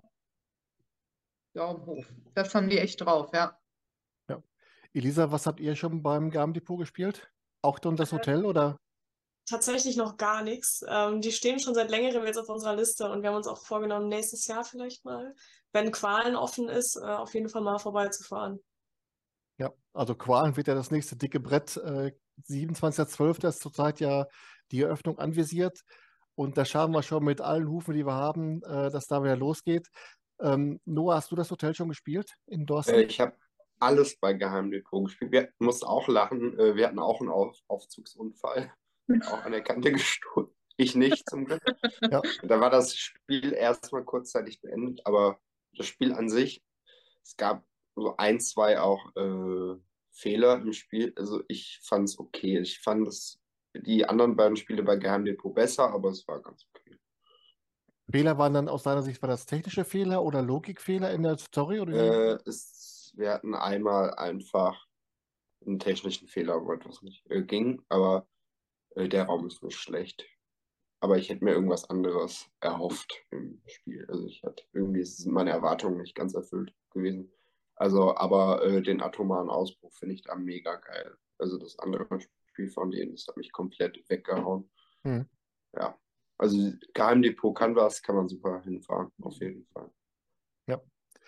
Daumen hoch. Das haben die echt drauf, ja. Ja. Elisa, was habt ihr schon beim Geheimdepot gespielt? Auch dann das Hotel oder? tatsächlich noch gar nichts. Ähm, die stehen schon seit längerem jetzt auf unserer Liste und wir haben uns auch vorgenommen, nächstes Jahr vielleicht mal, wenn Qualen offen ist, äh, auf jeden Fall mal vorbeizufahren. Ja, also Qualen wird ja das nächste dicke Brett. Äh, siebenundzwanzigster zwölfter ist zurzeit ja die Eröffnung anvisiert. Und da schauen wir schon mit allen Hufen, die wir haben, äh, dass da wieder losgeht. Ähm, Noah, hast du das Hotel schon gespielt in Äh, Dorsten? ich habe alles bei Geheimdepot gespielt. Wir mussten auch lachen. Äh, wir hatten auch einen Auf Aufzugsunfall, auch an der Kante gestoßen. Ich nicht, zum Glück. Ja, Da war das Spiel erstmal kurzzeitig beendet, aber das Spiel an sich, es gab so ein, zwei auch äh, Fehler im Spiel. Also ich fand es okay. Ich fand es, die anderen beiden Spiele bei Geheimdepot besser, aber es war ganz okay. Fehler waren dann aus deiner Sicht, war das technische Fehler oder Logikfehler in der Story? Oder wie? Äh, es, wir hatten einmal einfach einen technischen Fehler, wo etwas nicht äh, ging, aber äh, der Raum ist nicht schlecht. Aber ich hätte mir irgendwas anderes erhofft im Spiel. Also ich hatte irgendwie sind meine Erwartungen nicht ganz erfüllt gewesen. Also, aber äh, den atomaren Ausbruch finde ich da mega geil. Also das andere Spiel von denen, das hat mich komplett weggehauen. Hm. Ja. Also Geheimdepot Canvas kann man super hinfahren, auf jeden Fall. Ja.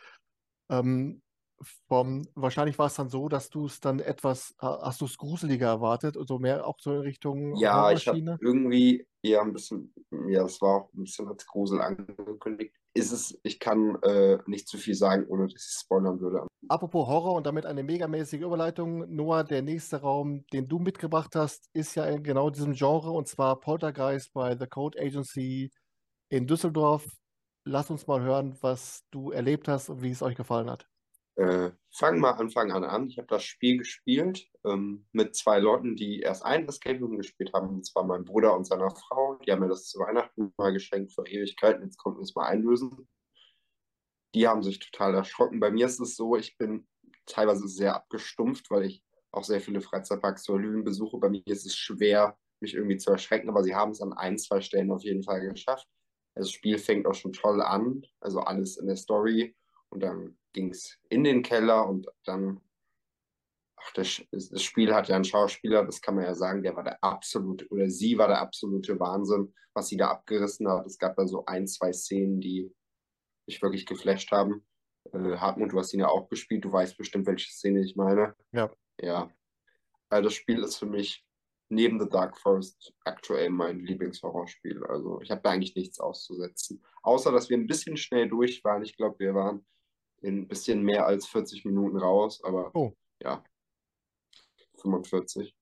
Ähm, vom, wahrscheinlich war es dann so, dass du es dann etwas, ha- hast du es gruseliger erwartet, also mehr auch so in Richtung Ja, ich habe Horrorschiene? irgendwie eher ein bisschen, ja, es war auch ein bisschen als Grusel angekündigt. Ist es, ich kann äh, nicht zu viel sagen, ohne dass ich spoilern würde. Apropos Horror und damit eine megamäßige Überleitung. Noah, der nächste Raum, den du mitgebracht hast, ist ja in genau diesem Genre und zwar Poltergeist bei The Code Agency in Düsseldorf. Lass uns mal hören, was du erlebt hast und wie es euch gefallen hat. Äh, fang mal Anfang an an. Ich habe das Spiel gespielt ähm, mit zwei Leuten, die erst ein Escape Room gespielt haben, und zwar mein Bruder und seiner Frau. Die haben mir das zu Weihnachten mal geschenkt vor Ewigkeiten. Jetzt konnten wir es mal einlösen. Die haben sich total erschrocken. Bei mir ist es so, ich bin teilweise sehr abgestumpft, weil ich auch sehr viele Freizeitparks zur Lügen besuche. Bei mir ist es schwer, mich irgendwie zu erschrecken, aber sie haben es an ein, zwei Stellen auf jeden Fall geschafft. Das Spiel fängt auch schon toll an, also alles in der Story. Und dann ging es in den Keller und dann, ach, das, das Spiel hat ja einen Schauspieler, das kann man ja sagen, der war der absolute, oder sie war der absolute Wahnsinn, was sie da abgerissen hat. Es gab da so ein, zwei Szenen, die mich wirklich geflasht haben. Äh, Hartmut, du hast ihn ja auch gespielt, du weißt bestimmt, welche Szene ich meine. Ja. Ja, also das Spiel ist für mich neben The Dark Forest aktuell mein Lieblingshorrorspiel. Also ich habe da eigentlich nichts auszusetzen. Außer, dass wir ein bisschen schnell durch waren. Ich glaube, wir waren in ein bisschen mehr als vierzig Minuten raus, aber Oh, ja, fünfundvierzig.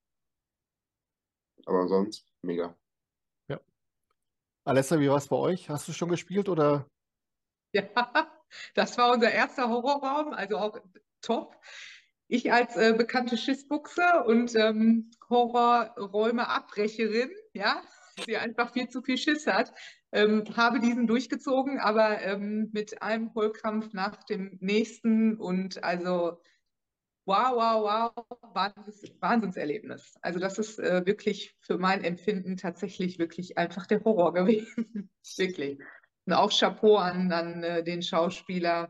Aber sonst mega. ja. Alessa, wie war es bei euch? Hast du schon gespielt oder? Ja, das war unser erster Horrorraum, also auch top. Ich als äh, bekannte Schissbuchse und ähm, Horrorräume-Abbrecherin, ja, die einfach viel zu viel Schiss hat, ähm, habe diesen durchgezogen, aber ähm, mit einem Vollkampf nach dem nächsten und also wow, wow, wow, Wahnsinns Wahnsinnserlebnis. Also das ist äh, wirklich für mein Empfinden tatsächlich wirklich einfach der Horror gewesen. Wirklich. Und auch Chapeau an, an äh, den Schauspieler.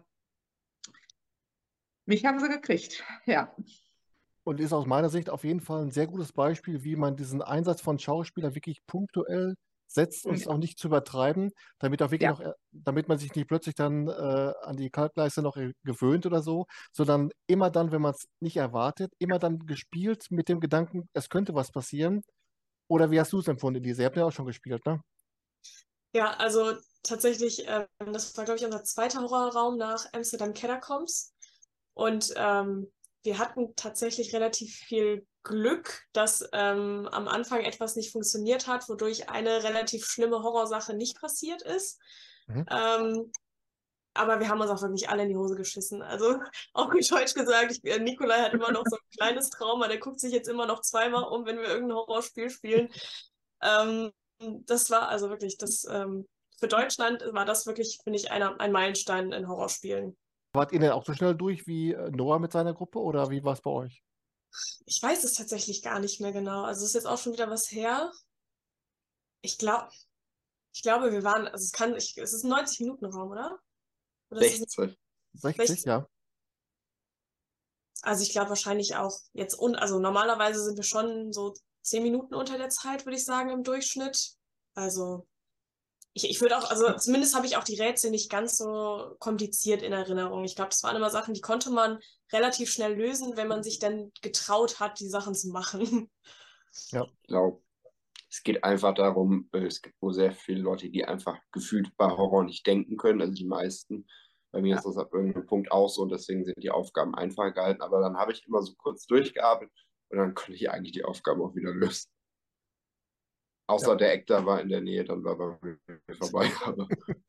Mich haben sie gekriegt, ja. Und ist aus meiner Sicht auf jeden Fall ein sehr gutes Beispiel, wie man diesen Einsatz von Schauspielern wirklich punktuell setzt und es auch nicht zu übertreiben, damit auch wirklich Ja. noch, äh, damit man sich nicht plötzlich dann äh, an die Kaltleiste noch äh, gewöhnt oder so, sondern immer dann, wenn man es nicht erwartet, immer dann gespielt mit dem Gedanken, es könnte was passieren. Oder wie hast du es empfunden, Elise? Ihr habt ja auch schon gespielt, ne? Ja, also tatsächlich, ähm, das war, glaube ich, unser zweiter Horrorraum nach Amsterdam Catacombs. Und ähm, wir hatten tatsächlich relativ viel Glück, dass ähm, am Anfang etwas nicht funktioniert hat, wodurch eine relativ schlimme Horrorsache nicht passiert ist. Mhm. Ähm, aber wir haben uns auch wirklich alle in die Hose geschissen. Also auch in Deutsch gesagt, ich, äh, Nikolai hat immer noch so ein kleines Trauma, der guckt sich jetzt immer noch zweimal um, wenn wir irgendein Horrorspiel spielen. Ähm, das war also wirklich, das ähm, für Deutschland war das wirklich, finde ich, einer, ein Meilenstein in Horrorspielen. Wart ihr denn auch so schnell durch wie äh, Noah mit seiner Gruppe oder wie war es bei euch? Ich weiß es tatsächlich gar nicht mehr genau. Also es ist jetzt auch schon wieder was her. Ich glaube, ich glaube, wir waren, also es kann, ich, es ist ein neunzig-Minuten-Raum, oder? Oder ist es nicht sechzig. sechzig, sechzig? ja. Also ich glaube wahrscheinlich auch jetzt, un, also normalerweise sind wir schon so zehn Minuten unter der Zeit, würde ich sagen, im Durchschnitt. Also ich, ich würde auch, also zumindest habe ich auch die Rätsel nicht ganz so kompliziert in Erinnerung. Ich glaube, das waren immer Sachen, die konnte man relativ schnell lösen, wenn man sich dann getraut hat, die Sachen zu machen. Ja. Ich glaube, es geht einfach darum, äh, es gibt wohl sehr viele Leute, die einfach gefühlt bei Horror nicht denken können, also die meisten. Bei mir Ja. ist das ab irgendeinem Punkt auch so und deswegen sind die Aufgaben einfach gehalten. Aber dann habe ich immer so kurz durchgearbeitet und dann konnte ich eigentlich die Aufgaben auch wieder lösen. Außer Ja. der Ektar war in der Nähe, dann war bei mir vorbei. Aber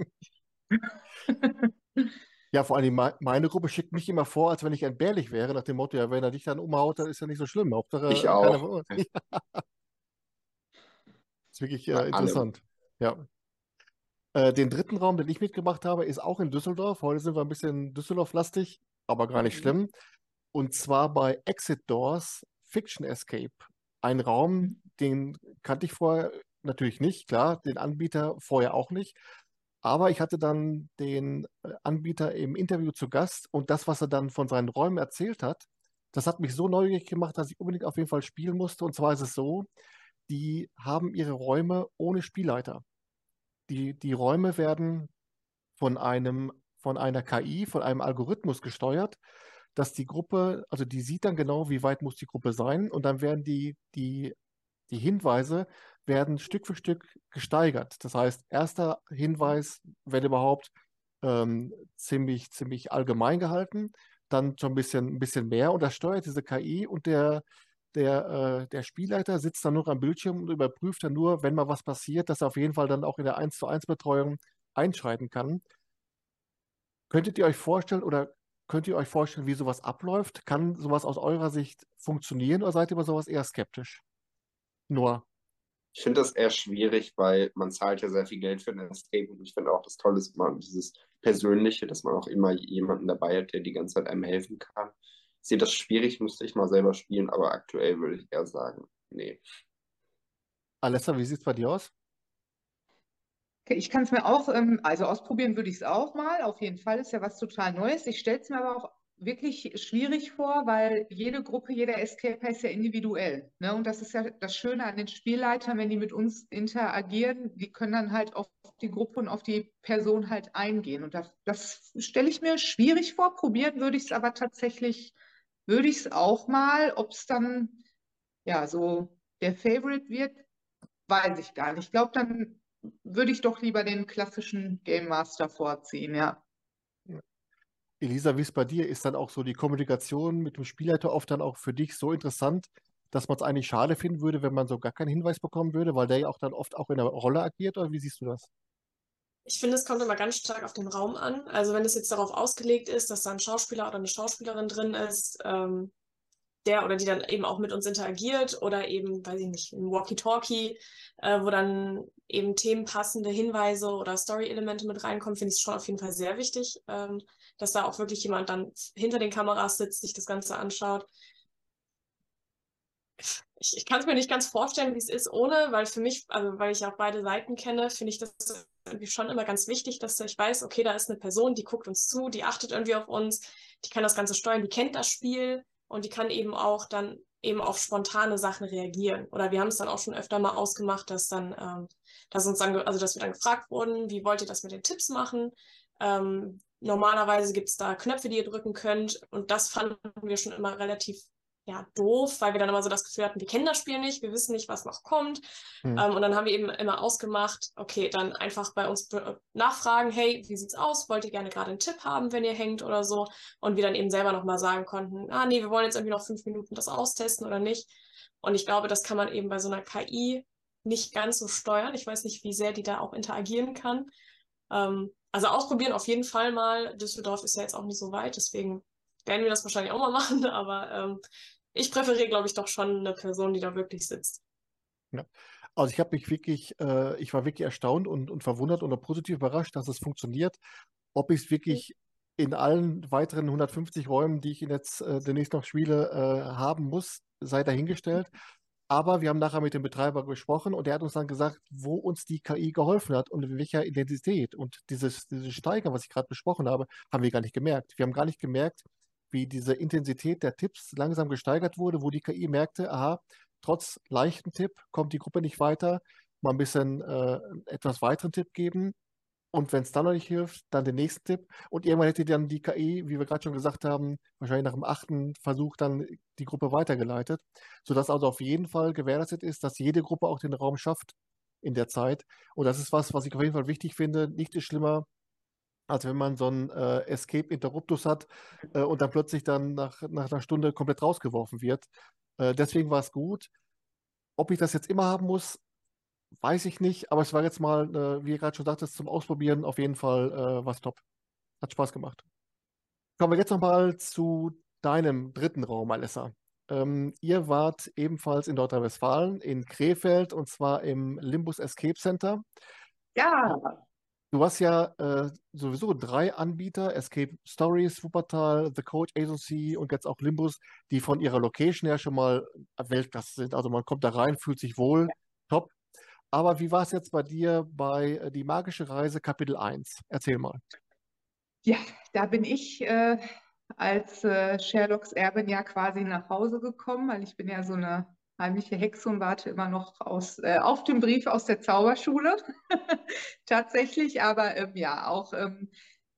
Ja, vor allem mei- meine Gruppe schickt mich immer vor, als wenn ich entbehrlich wäre, nach dem Motto, ja, wenn er dich dann umhaut, dann ist ja nicht so schlimm. ich Hauptsache keiner von auch. uns. Ist wirklich Bei äh, allem. interessant. Ja. Äh, den dritten Raum, den ich mitgemacht habe, ist auch in Düsseldorf. Heute sind wir ein bisschen Düsseldorf-lastig, aber gar nicht Mhm. schlimm. Und zwar bei Exit Doors Fiction Escape. Ein Raum, Mhm. den kannte ich vorher natürlich nicht, klar, den Anbieter vorher auch nicht. Aber ich hatte dann den äh, Anbieter im Interview zu Gast und das, was er dann von seinen Räumen erzählt hat, das hat mich so neugierig gemacht, dass ich unbedingt auf jeden Fall spielen musste. Und zwar ist es so, die haben ihre Räume ohne Spielleiter. Die, die Räume werden von einem, von einer K I, von einem Algorithmus gesteuert, dass die Gruppe, also die sieht dann genau, wie weit muss die Gruppe sein und dann werden die, die, die Hinweise werden Stück für Stück gesteigert. Das heißt, erster Hinweis, wenn überhaupt, ähm, ziemlich, ziemlich allgemein gehalten, dann schon ein bisschen, ein bisschen mehr und das steuert diese K I und der, der, äh, der Spielleiter sitzt dann nur am Bildschirm und überprüft dann nur, wenn mal was passiert, dass er auf jeden Fall dann auch in der eins zu eins Betreuung einschreiten kann. Könntet ihr euch vorstellen oder könnt ihr euch vorstellen, wie sowas abläuft? Kann sowas aus eurer Sicht funktionieren oder seid ihr bei sowas eher skeptisch? Nur, Ich finde das eher schwierig, weil man zahlt ja sehr viel Geld für ein Escape und ich finde auch, das Tolle ist immer dieses Persönliche, dass man auch immer jemanden dabei hat, der die ganze Zeit einem helfen kann. Ich sehe das schwierig, müsste ich mal selber spielen, aber aktuell würde ich eher sagen, nee. Alessa, wie sieht es bei dir aus? Okay, ich kann es mir auch, ähm, also ausprobieren würde ich es auch mal, auf jeden Fall, ist ja was total Neues. Ich stelle es mir aber auch wirklich schwierig vor, weil jede Gruppe, jeder Escaper ist ja individuell. Ne? Und das ist ja das Schöne an den Spielleitern, wenn die mit uns interagieren, die können dann halt auf die Gruppe und auf die Person halt eingehen. Und das, das stelle ich mir schwierig vor. Probieren würde ich es aber tatsächlich, würde ich es auch mal. Ob es dann ja so der Favorite wird, weiß ich gar nicht. Ich glaube, dann würde ich doch lieber den klassischen Game Master vorziehen, ja. Elisa, wie ist es bei dir? Ist dann auch so die Kommunikation mit dem Spielleiter oft dann auch für dich so interessant, dass man es eigentlich schade finden würde, wenn man so gar keinen Hinweis bekommen würde, weil der ja auch dann oft auch in der Rolle agiert, oder wie siehst du das? Ich finde, es kommt immer ganz stark auf den Raum an. Also wenn es jetzt darauf ausgelegt ist, dass da ein Schauspieler oder eine Schauspielerin drin ist, ähm, der oder die dann eben auch mit uns interagiert oder eben, weiß ich nicht, ein Walkie-Talkie, äh, wo dann eben themenpassende Hinweise oder Story-Elemente mit reinkommen, finde ich es schon auf jeden Fall sehr wichtig, ähm, dass da auch wirklich jemand dann hinter den Kameras sitzt, sich das Ganze anschaut. Ich, ich kann es mir nicht ganz vorstellen, wie es ist ohne, weil für mich, also weil ich auch beide Seiten kenne, finde ich das irgendwie schon immer ganz wichtig, dass ich weiß, okay, da ist eine Person, die guckt uns zu, die achtet irgendwie auf uns, die kann das Ganze steuern, die kennt das Spiel und die kann eben auch dann eben auf spontane Sachen reagieren. Oder wir haben es dann auch schon öfter mal ausgemacht, dass dann, ähm, dass uns dann, also dass wir dann gefragt wurden, wie wollt ihr das mit den Tipps machen? Ähm, normalerweise gibt es da Knöpfe, die ihr drücken könnt und das fanden wir schon immer relativ ja, doof, weil wir dann immer so das Gefühl hatten, wir kennen das Spiel nicht, wir wissen nicht, was noch kommt. Hm. Ähm, und dann haben wir eben immer ausgemacht, okay, dann einfach bei uns nachfragen, hey, wie sieht's aus? Wollt ihr gerne gerade einen Tipp haben, wenn ihr hängt oder so? Und wir dann eben selber nochmal sagen konnten, ah nee, wir wollen jetzt irgendwie noch fünf Minuten das austesten oder nicht. Und ich glaube, das kann man eben bei so einer K I nicht ganz so steuern. Ich weiß nicht, wie sehr die da auch interagieren kann. Ähm, also ausprobieren auf jeden Fall mal. Düsseldorf ist ja jetzt auch nicht so weit, deswegen werden wir das wahrscheinlich auch mal machen, aber ähm, ich präferiere, glaube ich, doch schon eine Person, die da wirklich sitzt. Ja. Also ich habe mich wirklich, äh, ich war wirklich erstaunt und, und verwundert und auch positiv überrascht, dass es funktioniert. Ob ich es wirklich in allen weiteren hundertfünfzig Räumen, die ich jetzt äh, demnächst noch spiele, äh, haben muss, sei dahingestellt. Aber wir haben nachher mit dem Betreiber gesprochen und er hat uns dann gesagt, wo uns die K I geholfen hat und in welcher Intensität. Und dieses, dieses Steigern, was ich gerade besprochen habe, haben wir gar nicht gemerkt. Wir haben gar nicht gemerkt, wie diese Intensität der Tipps langsam gesteigert wurde, wo die K I merkte, aha, trotz leichten Tipp kommt die Gruppe nicht weiter, mal ein bisschen äh, etwas weiteren Tipp geben. Und wenn es dann noch nicht hilft, dann den nächsten Tipp. Und irgendwann hätte dann die K I, wie wir gerade schon gesagt haben, wahrscheinlich nach dem achten Versuch dann die Gruppe weitergeleitet, sodass also auf jeden Fall gewährleistet ist, dass jede Gruppe auch den Raum schafft in der Zeit. Und das ist was, was ich auf jeden Fall wichtig finde. Nichts ist schlimmer, als wenn man so einen äh, Escape Interruptus hat äh, und dann plötzlich dann nach, nach einer Stunde komplett rausgeworfen wird. Äh, deswegen war es gut. Ob ich das jetzt immer haben muss, weiß ich nicht, aber es war jetzt mal, äh, wie ihr gerade schon sagtest, zum Ausprobieren auf jeden Fall äh, was top. Hat Spaß gemacht. Kommen wir jetzt nochmal zu deinem dritten Raum, Alessa. Ähm, ihr wart ebenfalls in Nordrhein-Westfalen, in Krefeld, und zwar im Limbus Escape Center. Ja, Du hast ja äh, sowieso drei Anbieter, Escape Stories, Wuppertal, The Coach Agency und jetzt auch Limbus, die von ihrer Location her schon mal Weltklasse sind. Also man kommt da rein, fühlt sich wohl, top. Aber wie war es jetzt bei dir bei äh, Die magische Reise Kapitel eins? Erzähl mal. ja, da bin ich äh, als äh, Sherlocks Erbin ja quasi nach Hause gekommen, weil ich bin ja so eine heimliche Hexe und warte immer noch aus, äh, auf den Brief aus der Zauberschule. Tatsächlich, aber ähm, ja, auch ähm,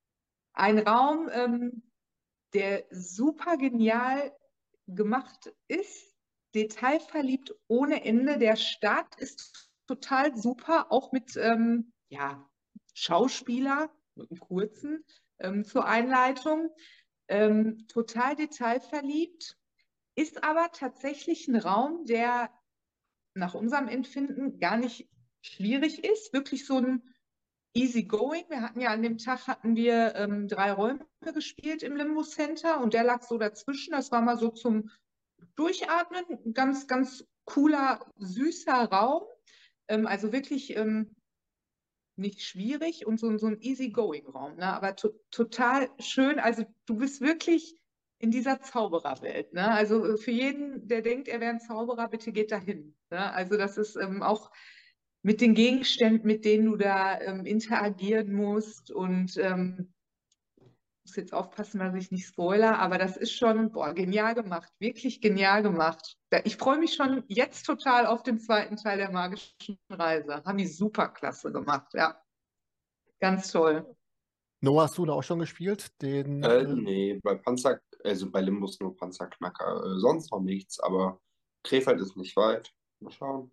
ein Raum, ähm, der super genial gemacht ist, detailverliebt ohne Ende. Der Start ist total super, auch mit ähm, ja, Schauspieler, mit einem kurzen ähm, zur Einleitung. Ähm, total detailverliebt, ist aber tatsächlich ein Raum, der nach unserem Empfinden gar nicht schwierig ist. Wirklich so ein easy going. Wir hatten ja an dem Tag hatten wir ähm, drei Räume gespielt im Limbo Center und der lag so dazwischen. Das war mal so zum Durchatmen. Ein ganz, ganz cooler, süßer Raum. Ähm, also wirklich ähm, nicht schwierig und so, so ein Easy-Going-Raum, ne? Aber to total schön. Also du bist wirklich in dieser Zaubererwelt. Ne? Also äh, für jeden, der denkt, er wäre ein Zauberer, bitte geht dahin. Ne? Also das ist ähm, auch mit den Gegenständen, mit denen du da ähm, interagieren musst. Und ähm, muss jetzt aufpassen, dass ich nicht spoiler, aber das ist schon boah, genial gemacht, wirklich genial gemacht. Da, ich freue mich schon jetzt total auf den zweiten Teil der magischen Reise. Haben die super klasse gemacht, ja. Ganz toll. Noah, hast du da auch schon gespielt? Den, Äh, äh, nee, bei Panzer, also bei Limbus nur Panzerknacker. Äh, sonst noch nichts, aber Krefeld ist nicht weit. Mal schauen.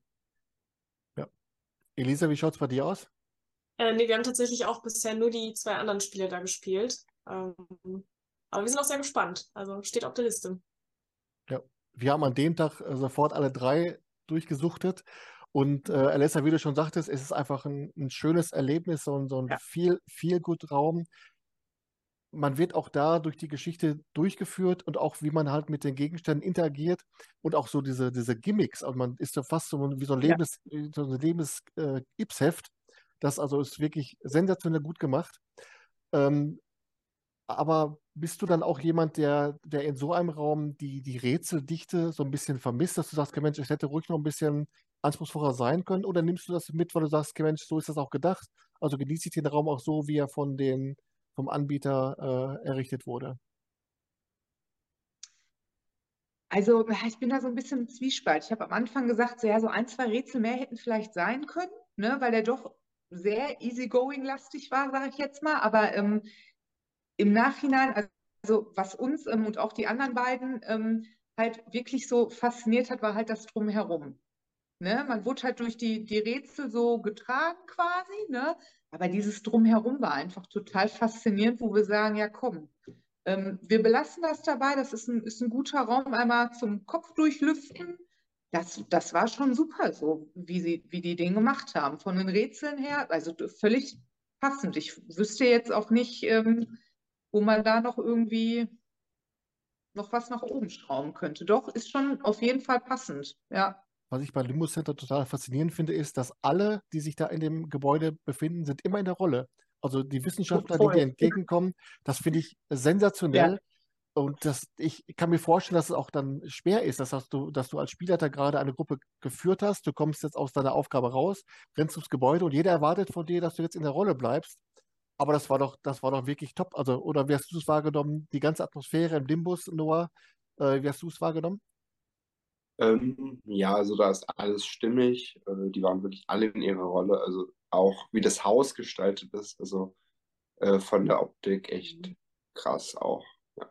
ja. Elisa, wie schaut es bei dir aus? Äh, nee, wir haben tatsächlich auch bisher nur die zwei anderen Spiele da gespielt. Ähm, aber wir sind auch sehr gespannt. Also steht auf der Liste. Ja. Wir haben an dem Tag äh, sofort alle drei durchgesuchtet. Und äh, Alessa, wie du schon sagtest, es ist einfach ein, ein schönes Erlebnis, so ein, so ein Ja. viel, viel gut Raum. Man wird auch da durch die Geschichte durchgeführt und auch wie man halt mit den Gegenständen interagiert und auch so diese, diese Gimmicks. Also man ist so fast so wie so ein Ja. Lebens, so ein Lebens äh, Gipsheft. Das also ist wirklich sensationell gut gemacht. Ähm, aber bist du dann auch jemand, der, der in so einem Raum die, die Rätseldichte so ein bisschen vermisst, dass du sagst, okay, Mensch, es hätte ruhig noch ein bisschen anspruchsvoller sein können? Oder nimmst du das mit, weil du sagst, okay, Mensch, so ist das auch gedacht? Also genieße ich den Raum auch so, wie er von den, vom Anbieter äh, errichtet wurde. Also ja, ich bin da so ein bisschen im Zwiespalt. Ich habe am Anfang gesagt, so, ja, so ein, zwei Rätsel mehr hätten vielleicht sein können, ne, weil der doch sehr easygoing-lastig war, sage ich jetzt mal. Aber ähm, im Nachhinein, also was uns ähm, und auch die anderen beiden ähm, halt wirklich so fasziniert hat, war halt das Drumherum. Ne? Man wurde halt durch die, die Rätsel so getragen quasi, ne? Aber dieses Drumherum war einfach total faszinierend, wo wir sagen, ja komm, ähm, wir belassen das dabei, das ist ein, ist ein guter Raum, einmal zum Kopf durchlüften. Das, das war schon super, so wie sie, wie die den gemacht haben. Von den Rätseln her, also völlig passend. Ich wüsste jetzt auch nicht, ähm, wo man da noch irgendwie noch was nach oben schrauben könnte. Doch, ist schon auf jeden Fall passend. Ja, Was ich bei Limbo Center total faszinierend finde, ist, dass alle, die sich da in dem Gebäude befinden, sind immer in der Rolle. Also die Wissenschaftler, die dir voll. entgegenkommen, das finde ich Ja, sensationell. Und das, ich kann mir vorstellen, dass es auch dann schwer ist, dass, dass, du, dass du als Spielleiter gerade eine Gruppe geführt hast. Du kommst jetzt aus deiner Aufgabe raus, rennst ums Gebäude und jeder erwartet von dir, dass du jetzt in der Rolle bleibst. Aber das war doch, das war doch wirklich top. Also, oder wie hast du es wahrgenommen? Die ganze Atmosphäre im Limbus, Noah, äh, wie hast du es wahrgenommen? Ähm, ja, also da ist alles stimmig. Äh, die waren wirklich alle in ihrer Rolle. Also auch wie das Haus gestaltet ist. Also äh, von der Optik echt krass auch. Ja.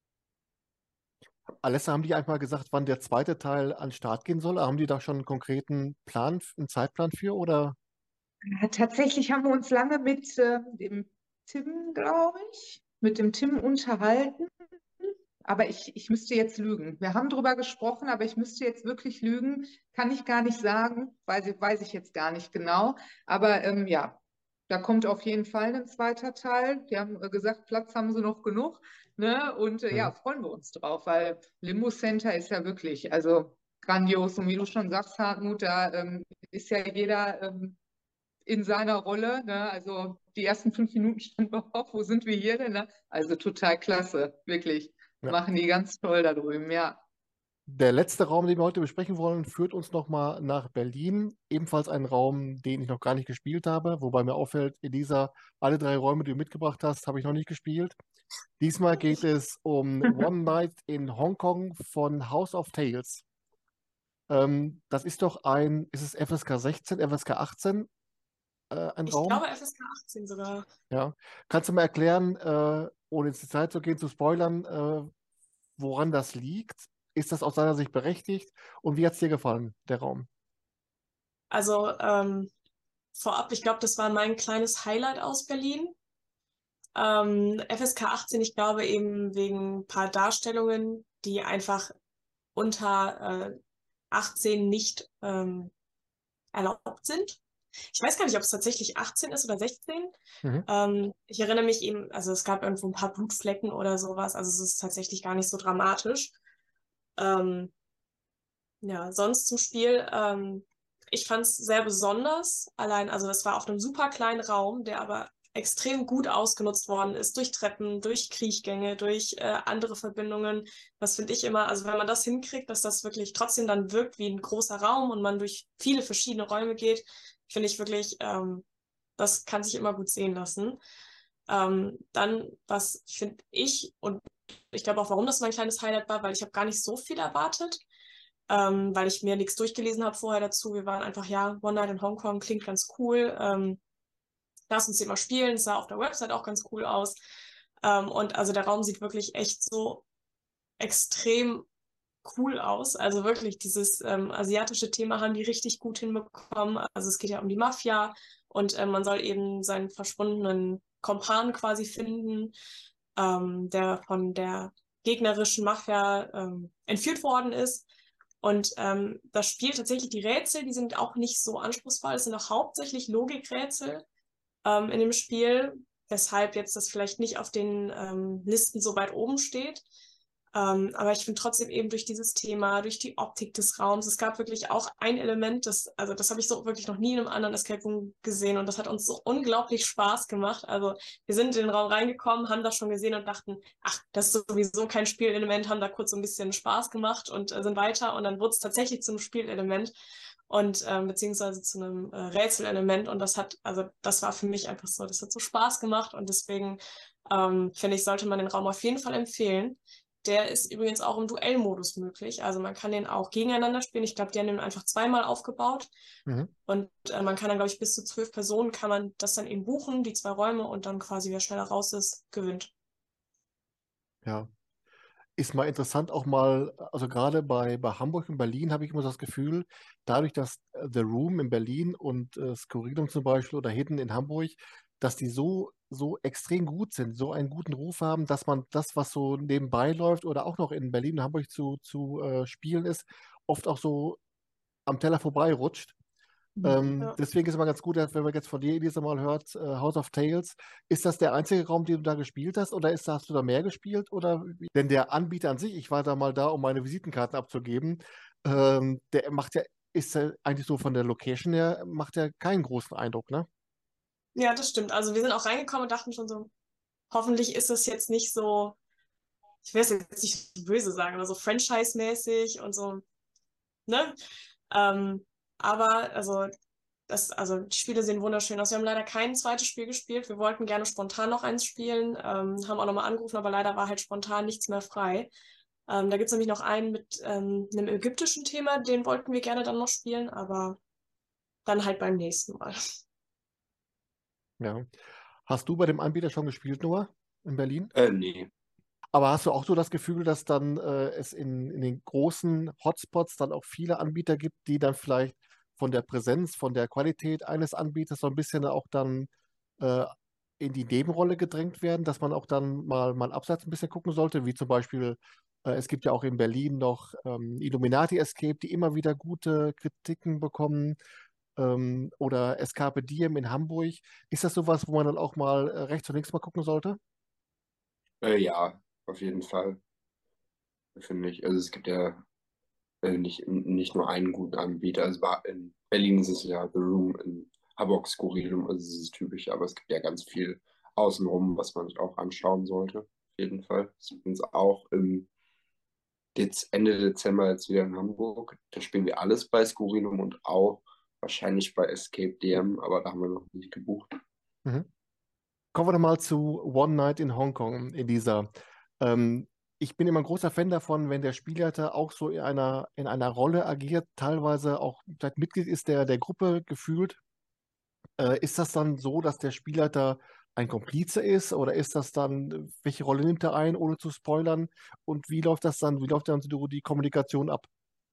Alessa, haben die einfach gesagt, wann der zweite Teil an den Start gehen soll? Haben die da schon einen konkreten Plan, einen Zeitplan für? Oder? Ja, tatsächlich haben wir uns lange mit äh, dem Tim, glaube ich, mit dem Tim unterhalten. Aber ich, ich müsste jetzt lügen. Wir haben drüber gesprochen, aber ich müsste jetzt wirklich lügen. Kann ich gar nicht sagen, weiß, ich- weiß ich jetzt gar nicht genau. Aber ähm, ja, da kommt auf jeden Fall ein zweiter Teil. Die haben äh, gesagt, Platz haben sie noch genug. Ne? Und äh, ja, Mhm. freuen wir uns drauf, weil Limbo Center ist ja wirklich, also grandios. Und wie du schon sagst, Hartmut, da ähm, ist ja jeder ähm, in seiner Rolle. Ne? Also die ersten fünf Minuten standen wir auf, wo sind wir hier denn? Ne? Also total klasse, wirklich. Ja. Machen die ganz toll da drüben, ja. Der letzte Raum, den wir heute besprechen wollen, führt uns nochmal nach Berlin. Ebenfalls ein Raum, den ich noch gar nicht gespielt habe, wobei mir auffällt, Elisa, alle drei Räume, die du mitgebracht hast, habe ich noch nicht gespielt. Diesmal geht es um One Night in Hongkong von House of Tales. Ähm, das ist doch ein, ist es F S K sechzehn, F S K achtzehn, äh, ein Ich Raum? glaube F S K achtzehn sogar. Ja. Kannst du mal erklären, äh, ohne ins Detail zu gehen, zu spoilern, äh, woran das liegt? Ist das aus deiner Sicht berechtigt? Und wie hat es dir gefallen, der Raum? Also ähm, vorab, ich glaube, das war mein kleines Highlight aus Berlin. Ähm, F S K achtzehn, ich glaube eben wegen ein paar Darstellungen, die einfach unter äh, achtzehn nicht ähm, erlaubt sind. Ich weiß gar nicht, ob es tatsächlich achtzehn ist oder sechzehn. Mhm. Ähm, ich erinnere mich eben, also es gab irgendwo ein paar Blutflecken oder sowas, also es ist tatsächlich gar nicht so dramatisch. Ähm, ja, sonst zum Spiel, ähm, ich fand es sehr besonders, allein, also es war auf einem super kleinen Raum, der aber extrem gut ausgenutzt worden ist, durch Treppen, durch Kriechgänge, durch äh, andere Verbindungen. Das finde ich immer, also wenn man das hinkriegt, dass das wirklich trotzdem dann wirkt wie ein großer Raum und man durch viele verschiedene Räume geht, finde ich wirklich, ähm, das kann sich immer gut sehen lassen. Ähm, dann, was finde ich, und ich glaube auch, warum das mein kleines Highlight war, weil ich habe gar nicht so viel erwartet, ähm, weil ich mir nichts durchgelesen habe vorher dazu. Wir waren einfach, ja, One Night in Hongkong klingt ganz cool. Ähm, lass uns den mal spielen. Es sah auf der Website auch ganz cool aus. Ähm, und also der Raum sieht wirklich echt so extrem cool aus. Also wirklich, dieses ähm, asiatische Thema haben die richtig gut hinbekommen. Also es geht ja um die Mafia und äh, man soll eben seinen verschwundenen Kumpan quasi finden, ähm, der von der gegnerischen Mafia ähm, entführt worden ist. Und ähm, das Spiel tatsächlich, die Rätsel, die sind auch nicht so anspruchsvoll. Es sind auch hauptsächlich Logikrätsel ähm, in dem Spiel, weshalb jetzt das vielleicht nicht auf den ähm, Listen so weit oben steht. Ähm, aber ich finde trotzdem eben durch dieses Thema, durch die Optik des Raums, es gab wirklich auch ein Element, das, also das habe ich so wirklich noch nie in einem anderen Escape Room gesehen und das hat uns so unglaublich Spaß gemacht. Also wir sind in den Raum reingekommen, haben das schon gesehen und dachten, ach, das ist sowieso kein Spielelement, haben da kurz so ein bisschen Spaß gemacht und äh, sind weiter und dann wurde es tatsächlich zum Spielelement und ähm, beziehungsweise zu einem äh, Rätselelement und das hat, also das war für mich einfach so, das hat so Spaß gemacht und deswegen ähm, finde ich, sollte man den Raum auf jeden Fall empfehlen. Der ist übrigens auch im Duellmodus möglich. Also man kann den auch gegeneinander spielen. Ich glaube, die haben den einfach zweimal aufgebaut. Mhm. Und äh, man kann dann, glaube ich, bis zu zwölf Personen kann man das dann eben buchen, die zwei Räume und dann quasi, wer schneller raus ist, gewinnt. Ja. Ist mal interessant auch mal, also gerade bei, bei Hamburg und Berlin habe ich immer das Gefühl, dadurch, dass äh, The Room in Berlin und äh, Skurrilum zum Beispiel oder Hidden in Hamburg, dass die so, so extrem gut sind, so einen guten Ruf haben, dass man das, was so nebenbei läuft oder auch noch in Berlin und Hamburg zu, zu äh, spielen ist, oft auch so am Teller vorbeirutscht. Ähm, Ja. deswegen ist es immer ganz gut, wenn man jetzt von dir, Elisa, mal hört, äh, House of Tales. Ist das der einzige Raum, den du da gespielt hast, oder ist, hast du da mehr gespielt? Oder wie? Denn der Anbieter an sich, ich war da mal da, um meine Visitenkarten abzugeben, ähm, der macht ja, ist ja eigentlich so von der Location her, macht ja keinen großen Eindruck, ne? Ja, das stimmt. Also wir sind auch reingekommen und dachten schon so, hoffentlich ist es jetzt nicht so, ich will es jetzt nicht so böse sagen, aber so Franchise-mäßig und so, ne? Ähm, aber also Das, also die Spiele sehen wunderschön aus. Wir haben leider kein zweites Spiel gespielt. Wir wollten gerne spontan noch eins spielen, ähm, haben auch nochmal angerufen, aber leider war halt spontan nichts mehr frei. Ähm, da gibt es nämlich noch einen mit ähm, einem ägyptischen Thema, den wollten wir gerne dann noch spielen, aber dann halt beim nächsten Mal. Ja. Hast du bei dem Anbieter schon gespielt, Noah, in Berlin? Äh, nee. Aber hast du auch so das Gefühl, dass dann äh, es in, in den großen Hotspots dann auch viele Anbieter gibt, die dann vielleicht von der Präsenz, von der Qualität eines Anbieters so ein bisschen auch dann äh, in die Nebenrolle gedrängt werden, dass man auch dann mal, mal abseits ein bisschen gucken sollte, wie zum Beispiel, äh, es gibt ja auch in Berlin noch ähm, Illuminati Escape, die immer wieder gute Kritiken bekommen, ähm, oder Escape Diem in Hamburg. Ist das sowas, wo man dann auch mal äh, rechts und links mal gucken sollte? Äh, ja, auf jeden Fall, finde ich. Also es gibt ja äh, nicht, nicht nur einen guten Anbieter. Also bei- in Berlin ist es ja The Room, in Hamburg Skurrilum, also es ist typisch, aber es gibt ja ganz viel außenrum, was man sich auch anschauen sollte. Auf jeden Fall. Das ist übrigens auch im Dez Ende Dezember jetzt wieder in Hamburg. Da spielen wir alles bei Skurrilum und auch wahrscheinlich bei Escape D M, aber da haben wir noch nicht gebucht. Mhm. Kommen wir doch mal zu One Night in Hongkong, Elisa. Ähm, ich bin immer ein großer Fan davon, wenn der Spielleiter auch so in einer, in einer Rolle agiert, teilweise auch vielleicht Mitglied ist der, der Gruppe gefühlt. Äh, ist das dann so, dass der Spielleiter ein Komplize ist oder ist das dann, welche Rolle nimmt er ein, ohne zu spoilern? Und wie läuft das dann, wie läuft dann so die Kommunikation ab?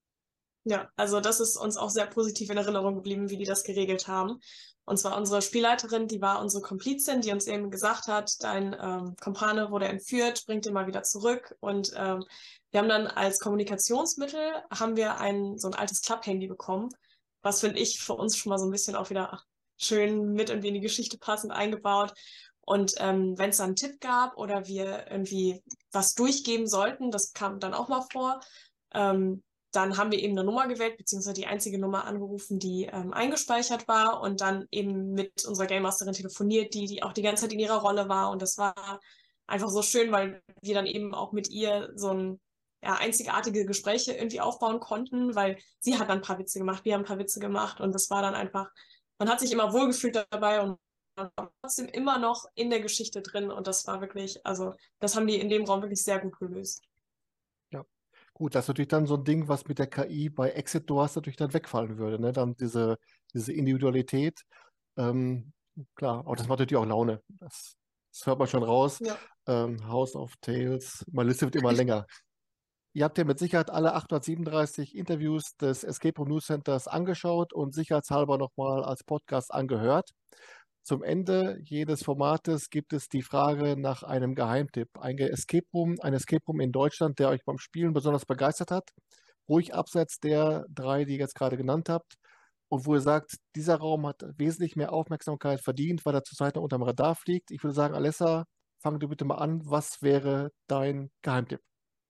Ja, also das ist uns auch sehr positiv in Erinnerung geblieben, wie die das geregelt haben. Und zwar unsere Spielleiterin, die war unsere Komplizin, die uns eben gesagt hat, dein ähm, Kumpane wurde entführt, bringt ihn mal wieder zurück. Und ähm, wir haben dann als Kommunikationsmittel, haben wir ein so ein altes Klapphandy bekommen, was finde ich für uns schon mal so ein bisschen auch wieder schön mit irgendwie in die Geschichte passend eingebaut. Und ähm, wenn es dann einen Tipp gab oder wir irgendwie was durchgeben sollten, das kam dann auch mal vor, ähm, dann haben wir eben eine Nummer gewählt, beziehungsweise die einzige Nummer angerufen, die ähm, eingespeichert war und dann eben mit unserer Game Masterin telefoniert, die, die auch die ganze Zeit in ihrer Rolle war. Und das war einfach so schön, weil wir dann eben auch mit ihr so ein ja, einzigartige Gespräche irgendwie aufbauen konnten, weil sie hat dann ein paar Witze gemacht, wir haben ein paar Witze gemacht und das war dann einfach, man hat sich immer wohlgefühlt dabei und man war trotzdem immer noch in der Geschichte drin und das war wirklich, also das haben die in dem Raum wirklich sehr gut gelöst. Ja, gut, das ist natürlich dann so ein Ding, was mit der K I bei Exit Doors natürlich dann wegfallen würde, ne? Dann diese, diese Individualität. Ähm, klar, aber das macht natürlich auch Laune. Das, das hört man schon raus. Ja. Ähm, House of Tales, meine Liste wird immer länger. Ihr habt ja mit Sicherheit alle achthundertsiebenunddreißig Interviews des Escape Room News Centers angeschaut und sicherheitshalber nochmal als Podcast angehört. Zum Ende jedes Formates gibt es die Frage nach einem Geheimtipp. Ein Escape Room, ein Escape Room in Deutschland, der euch beim Spielen besonders begeistert hat. Ruhig abseits der drei, die ihr jetzt gerade genannt habt. Und wo ihr sagt, dieser Raum hat wesentlich mehr Aufmerksamkeit verdient, weil er zurzeit noch unterm Radar fliegt. Ich würde sagen, Alessa, fang du bitte mal an. Was wäre dein Geheimtipp?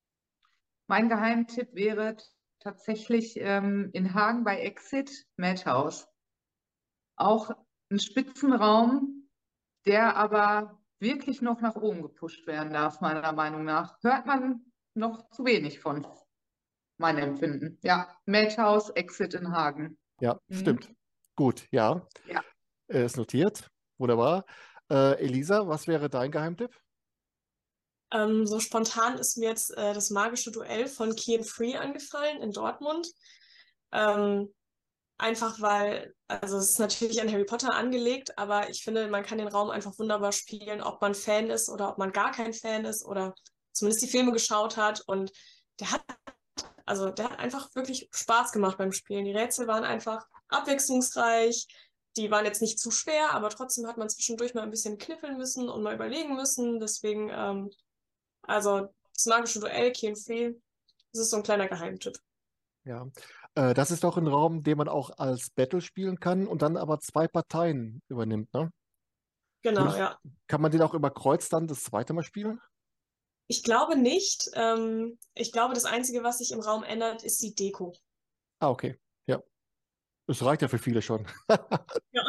Mein Geheimtipp wäre tatsächlich ähm, in Hagen bei Exit Madhouse. Auch ein Spitzenraum, der aber wirklich noch nach oben gepusht werden darf, meiner Meinung nach. Hört man noch zu wenig von, mein Empfinden. Ja, Madhouse, Exit in Hagen. Ja, Mhm. stimmt. Gut, ja. Ja. Äh, Ist notiert. Wunderbar. Äh, Elisa, was wäre dein Geheimtipp? Ähm, so spontan ist mir jetzt äh, das magische Duell von Key and Free angefallen in Dortmund. Ähm, einfach weil, also es ist natürlich an Harry Potter angelegt, aber ich finde, man kann den Raum einfach wunderbar spielen, ob man Fan ist oder ob man gar kein Fan ist oder zumindest die Filme geschaut hat. Und der hat, also der hat einfach wirklich Spaß gemacht beim Spielen. Die Rätsel waren einfach abwechslungsreich. Die waren jetzt nicht zu schwer, aber trotzdem hat man zwischendurch mal ein bisschen kniffeln müssen und mal überlegen müssen. Deswegen, ähm, also das magische Duell, Key and Free, das ist so ein kleiner Geheimtipp. Ja. Äh, das ist doch ein Raum, den man auch als Battle spielen kann und dann aber zwei Parteien übernimmt, ne? Genau, Würdest, ja. kann man den auch über Kreuz dann das zweite Mal spielen? Ich glaube nicht. Ähm, ich glaube, das Einzige, was sich im Raum ändert, ist die Deko. Ah, okay. Ja. Es reicht ja für viele schon. Ja.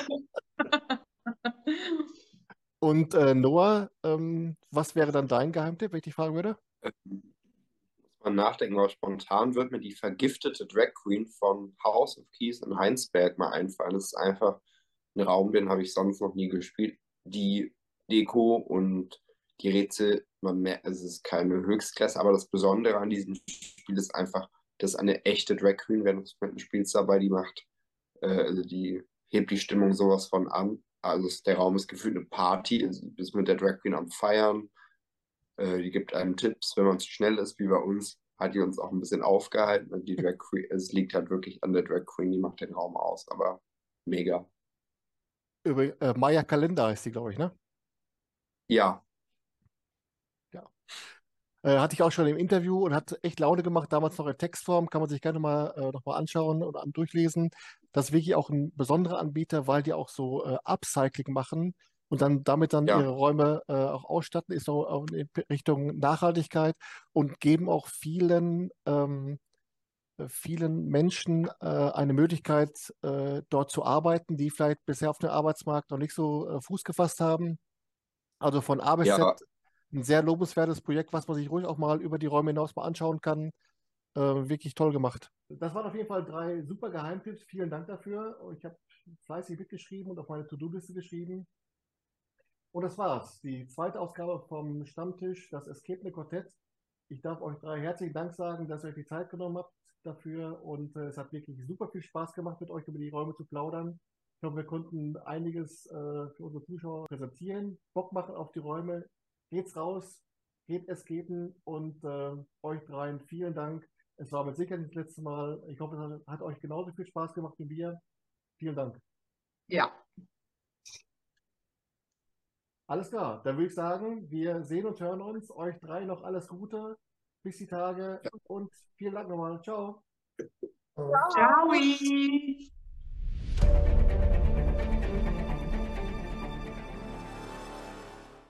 Und äh, Noah, ähm, was wäre dann dein Geheimtipp, wenn ich dich fragen würde? Ähm, muss man nachdenken, aber spontan wird mir die vergiftete Drag Queen von House of Keys in Heinsberg mal einfallen. Das ist einfach ein Raum, den habe ich sonst noch nie gespielt. Die Deko und die Rätsel, man merkt, es ist keine Höchstklasse, aber das Besondere an diesem Spiel ist einfach, dass eine echte Drag Queen, wenn du mit einem Spielst dabei, die macht, äh, also die hebt die Stimmung sowas von an. Also es, der Raum ist gefühlt eine Party, also du bist mit der Drag Queen am Feiern, äh, die gibt einem Tipps, wenn man zu schnell ist, wie bei uns, hat die uns auch ein bisschen aufgehalten. Und die Drag Queen, es liegt halt wirklich an der Drag Queen, die macht den Raum aus, aber mega. Über, äh, Maya Kalender heißt die, glaube ich, ne? Ja, Ja. Äh, hatte ich auch schon im Interview und hat echt Laune gemacht, damals noch in Textform, kann man sich gerne mal äh, noch mal anschauen und an, durchlesen. Das ist wirklich auch ein besonderer Anbieter, weil die auch so äh, Upcycling machen und dann damit dann ihre ja, Räume äh, auch ausstatten, ist so auch in Richtung Nachhaltigkeit und geben auch vielen, ähm, äh, vielen Menschen äh, eine Möglichkeit, äh, dort zu arbeiten, die vielleicht bisher auf dem Arbeitsmarkt noch nicht so äh, Fuß gefasst haben. Also von A bis Z ja, ein sehr lobenswertes Projekt, was man sich ruhig auch mal über die Räume hinaus mal anschauen kann. Äh, wirklich toll gemacht. Das waren auf jeden Fall drei super Geheimtipps. Vielen Dank dafür. Ich habe fleißig mitgeschrieben und auf meine To-Do-Liste geschrieben. Und das war's. Die zweite Ausgabe vom Stammtisch, das Escape Quartett. Ich darf euch drei herzlichen Dank sagen, dass ihr euch die Zeit genommen habt dafür. Und äh, es hat wirklich super viel Spaß gemacht, mit euch über die Räume zu plaudern. Ich hoffe, wir konnten einiges äh, für unsere Zuschauer präsentieren. Bock machen auf die Räume. Geht's raus, geht escapen und äh, euch dreien vielen Dank. Es war mit Sicherheit nicht das letzte Mal. Ich hoffe, es hat, hat euch genauso viel Spaß gemacht wie mir. Vielen Dank. Ja, Alles klar, dann würde ich sagen, wir sehen und hören uns. Euch drei noch alles Gute. Bis die Tage und vielen Dank nochmal. Ciao. ciao.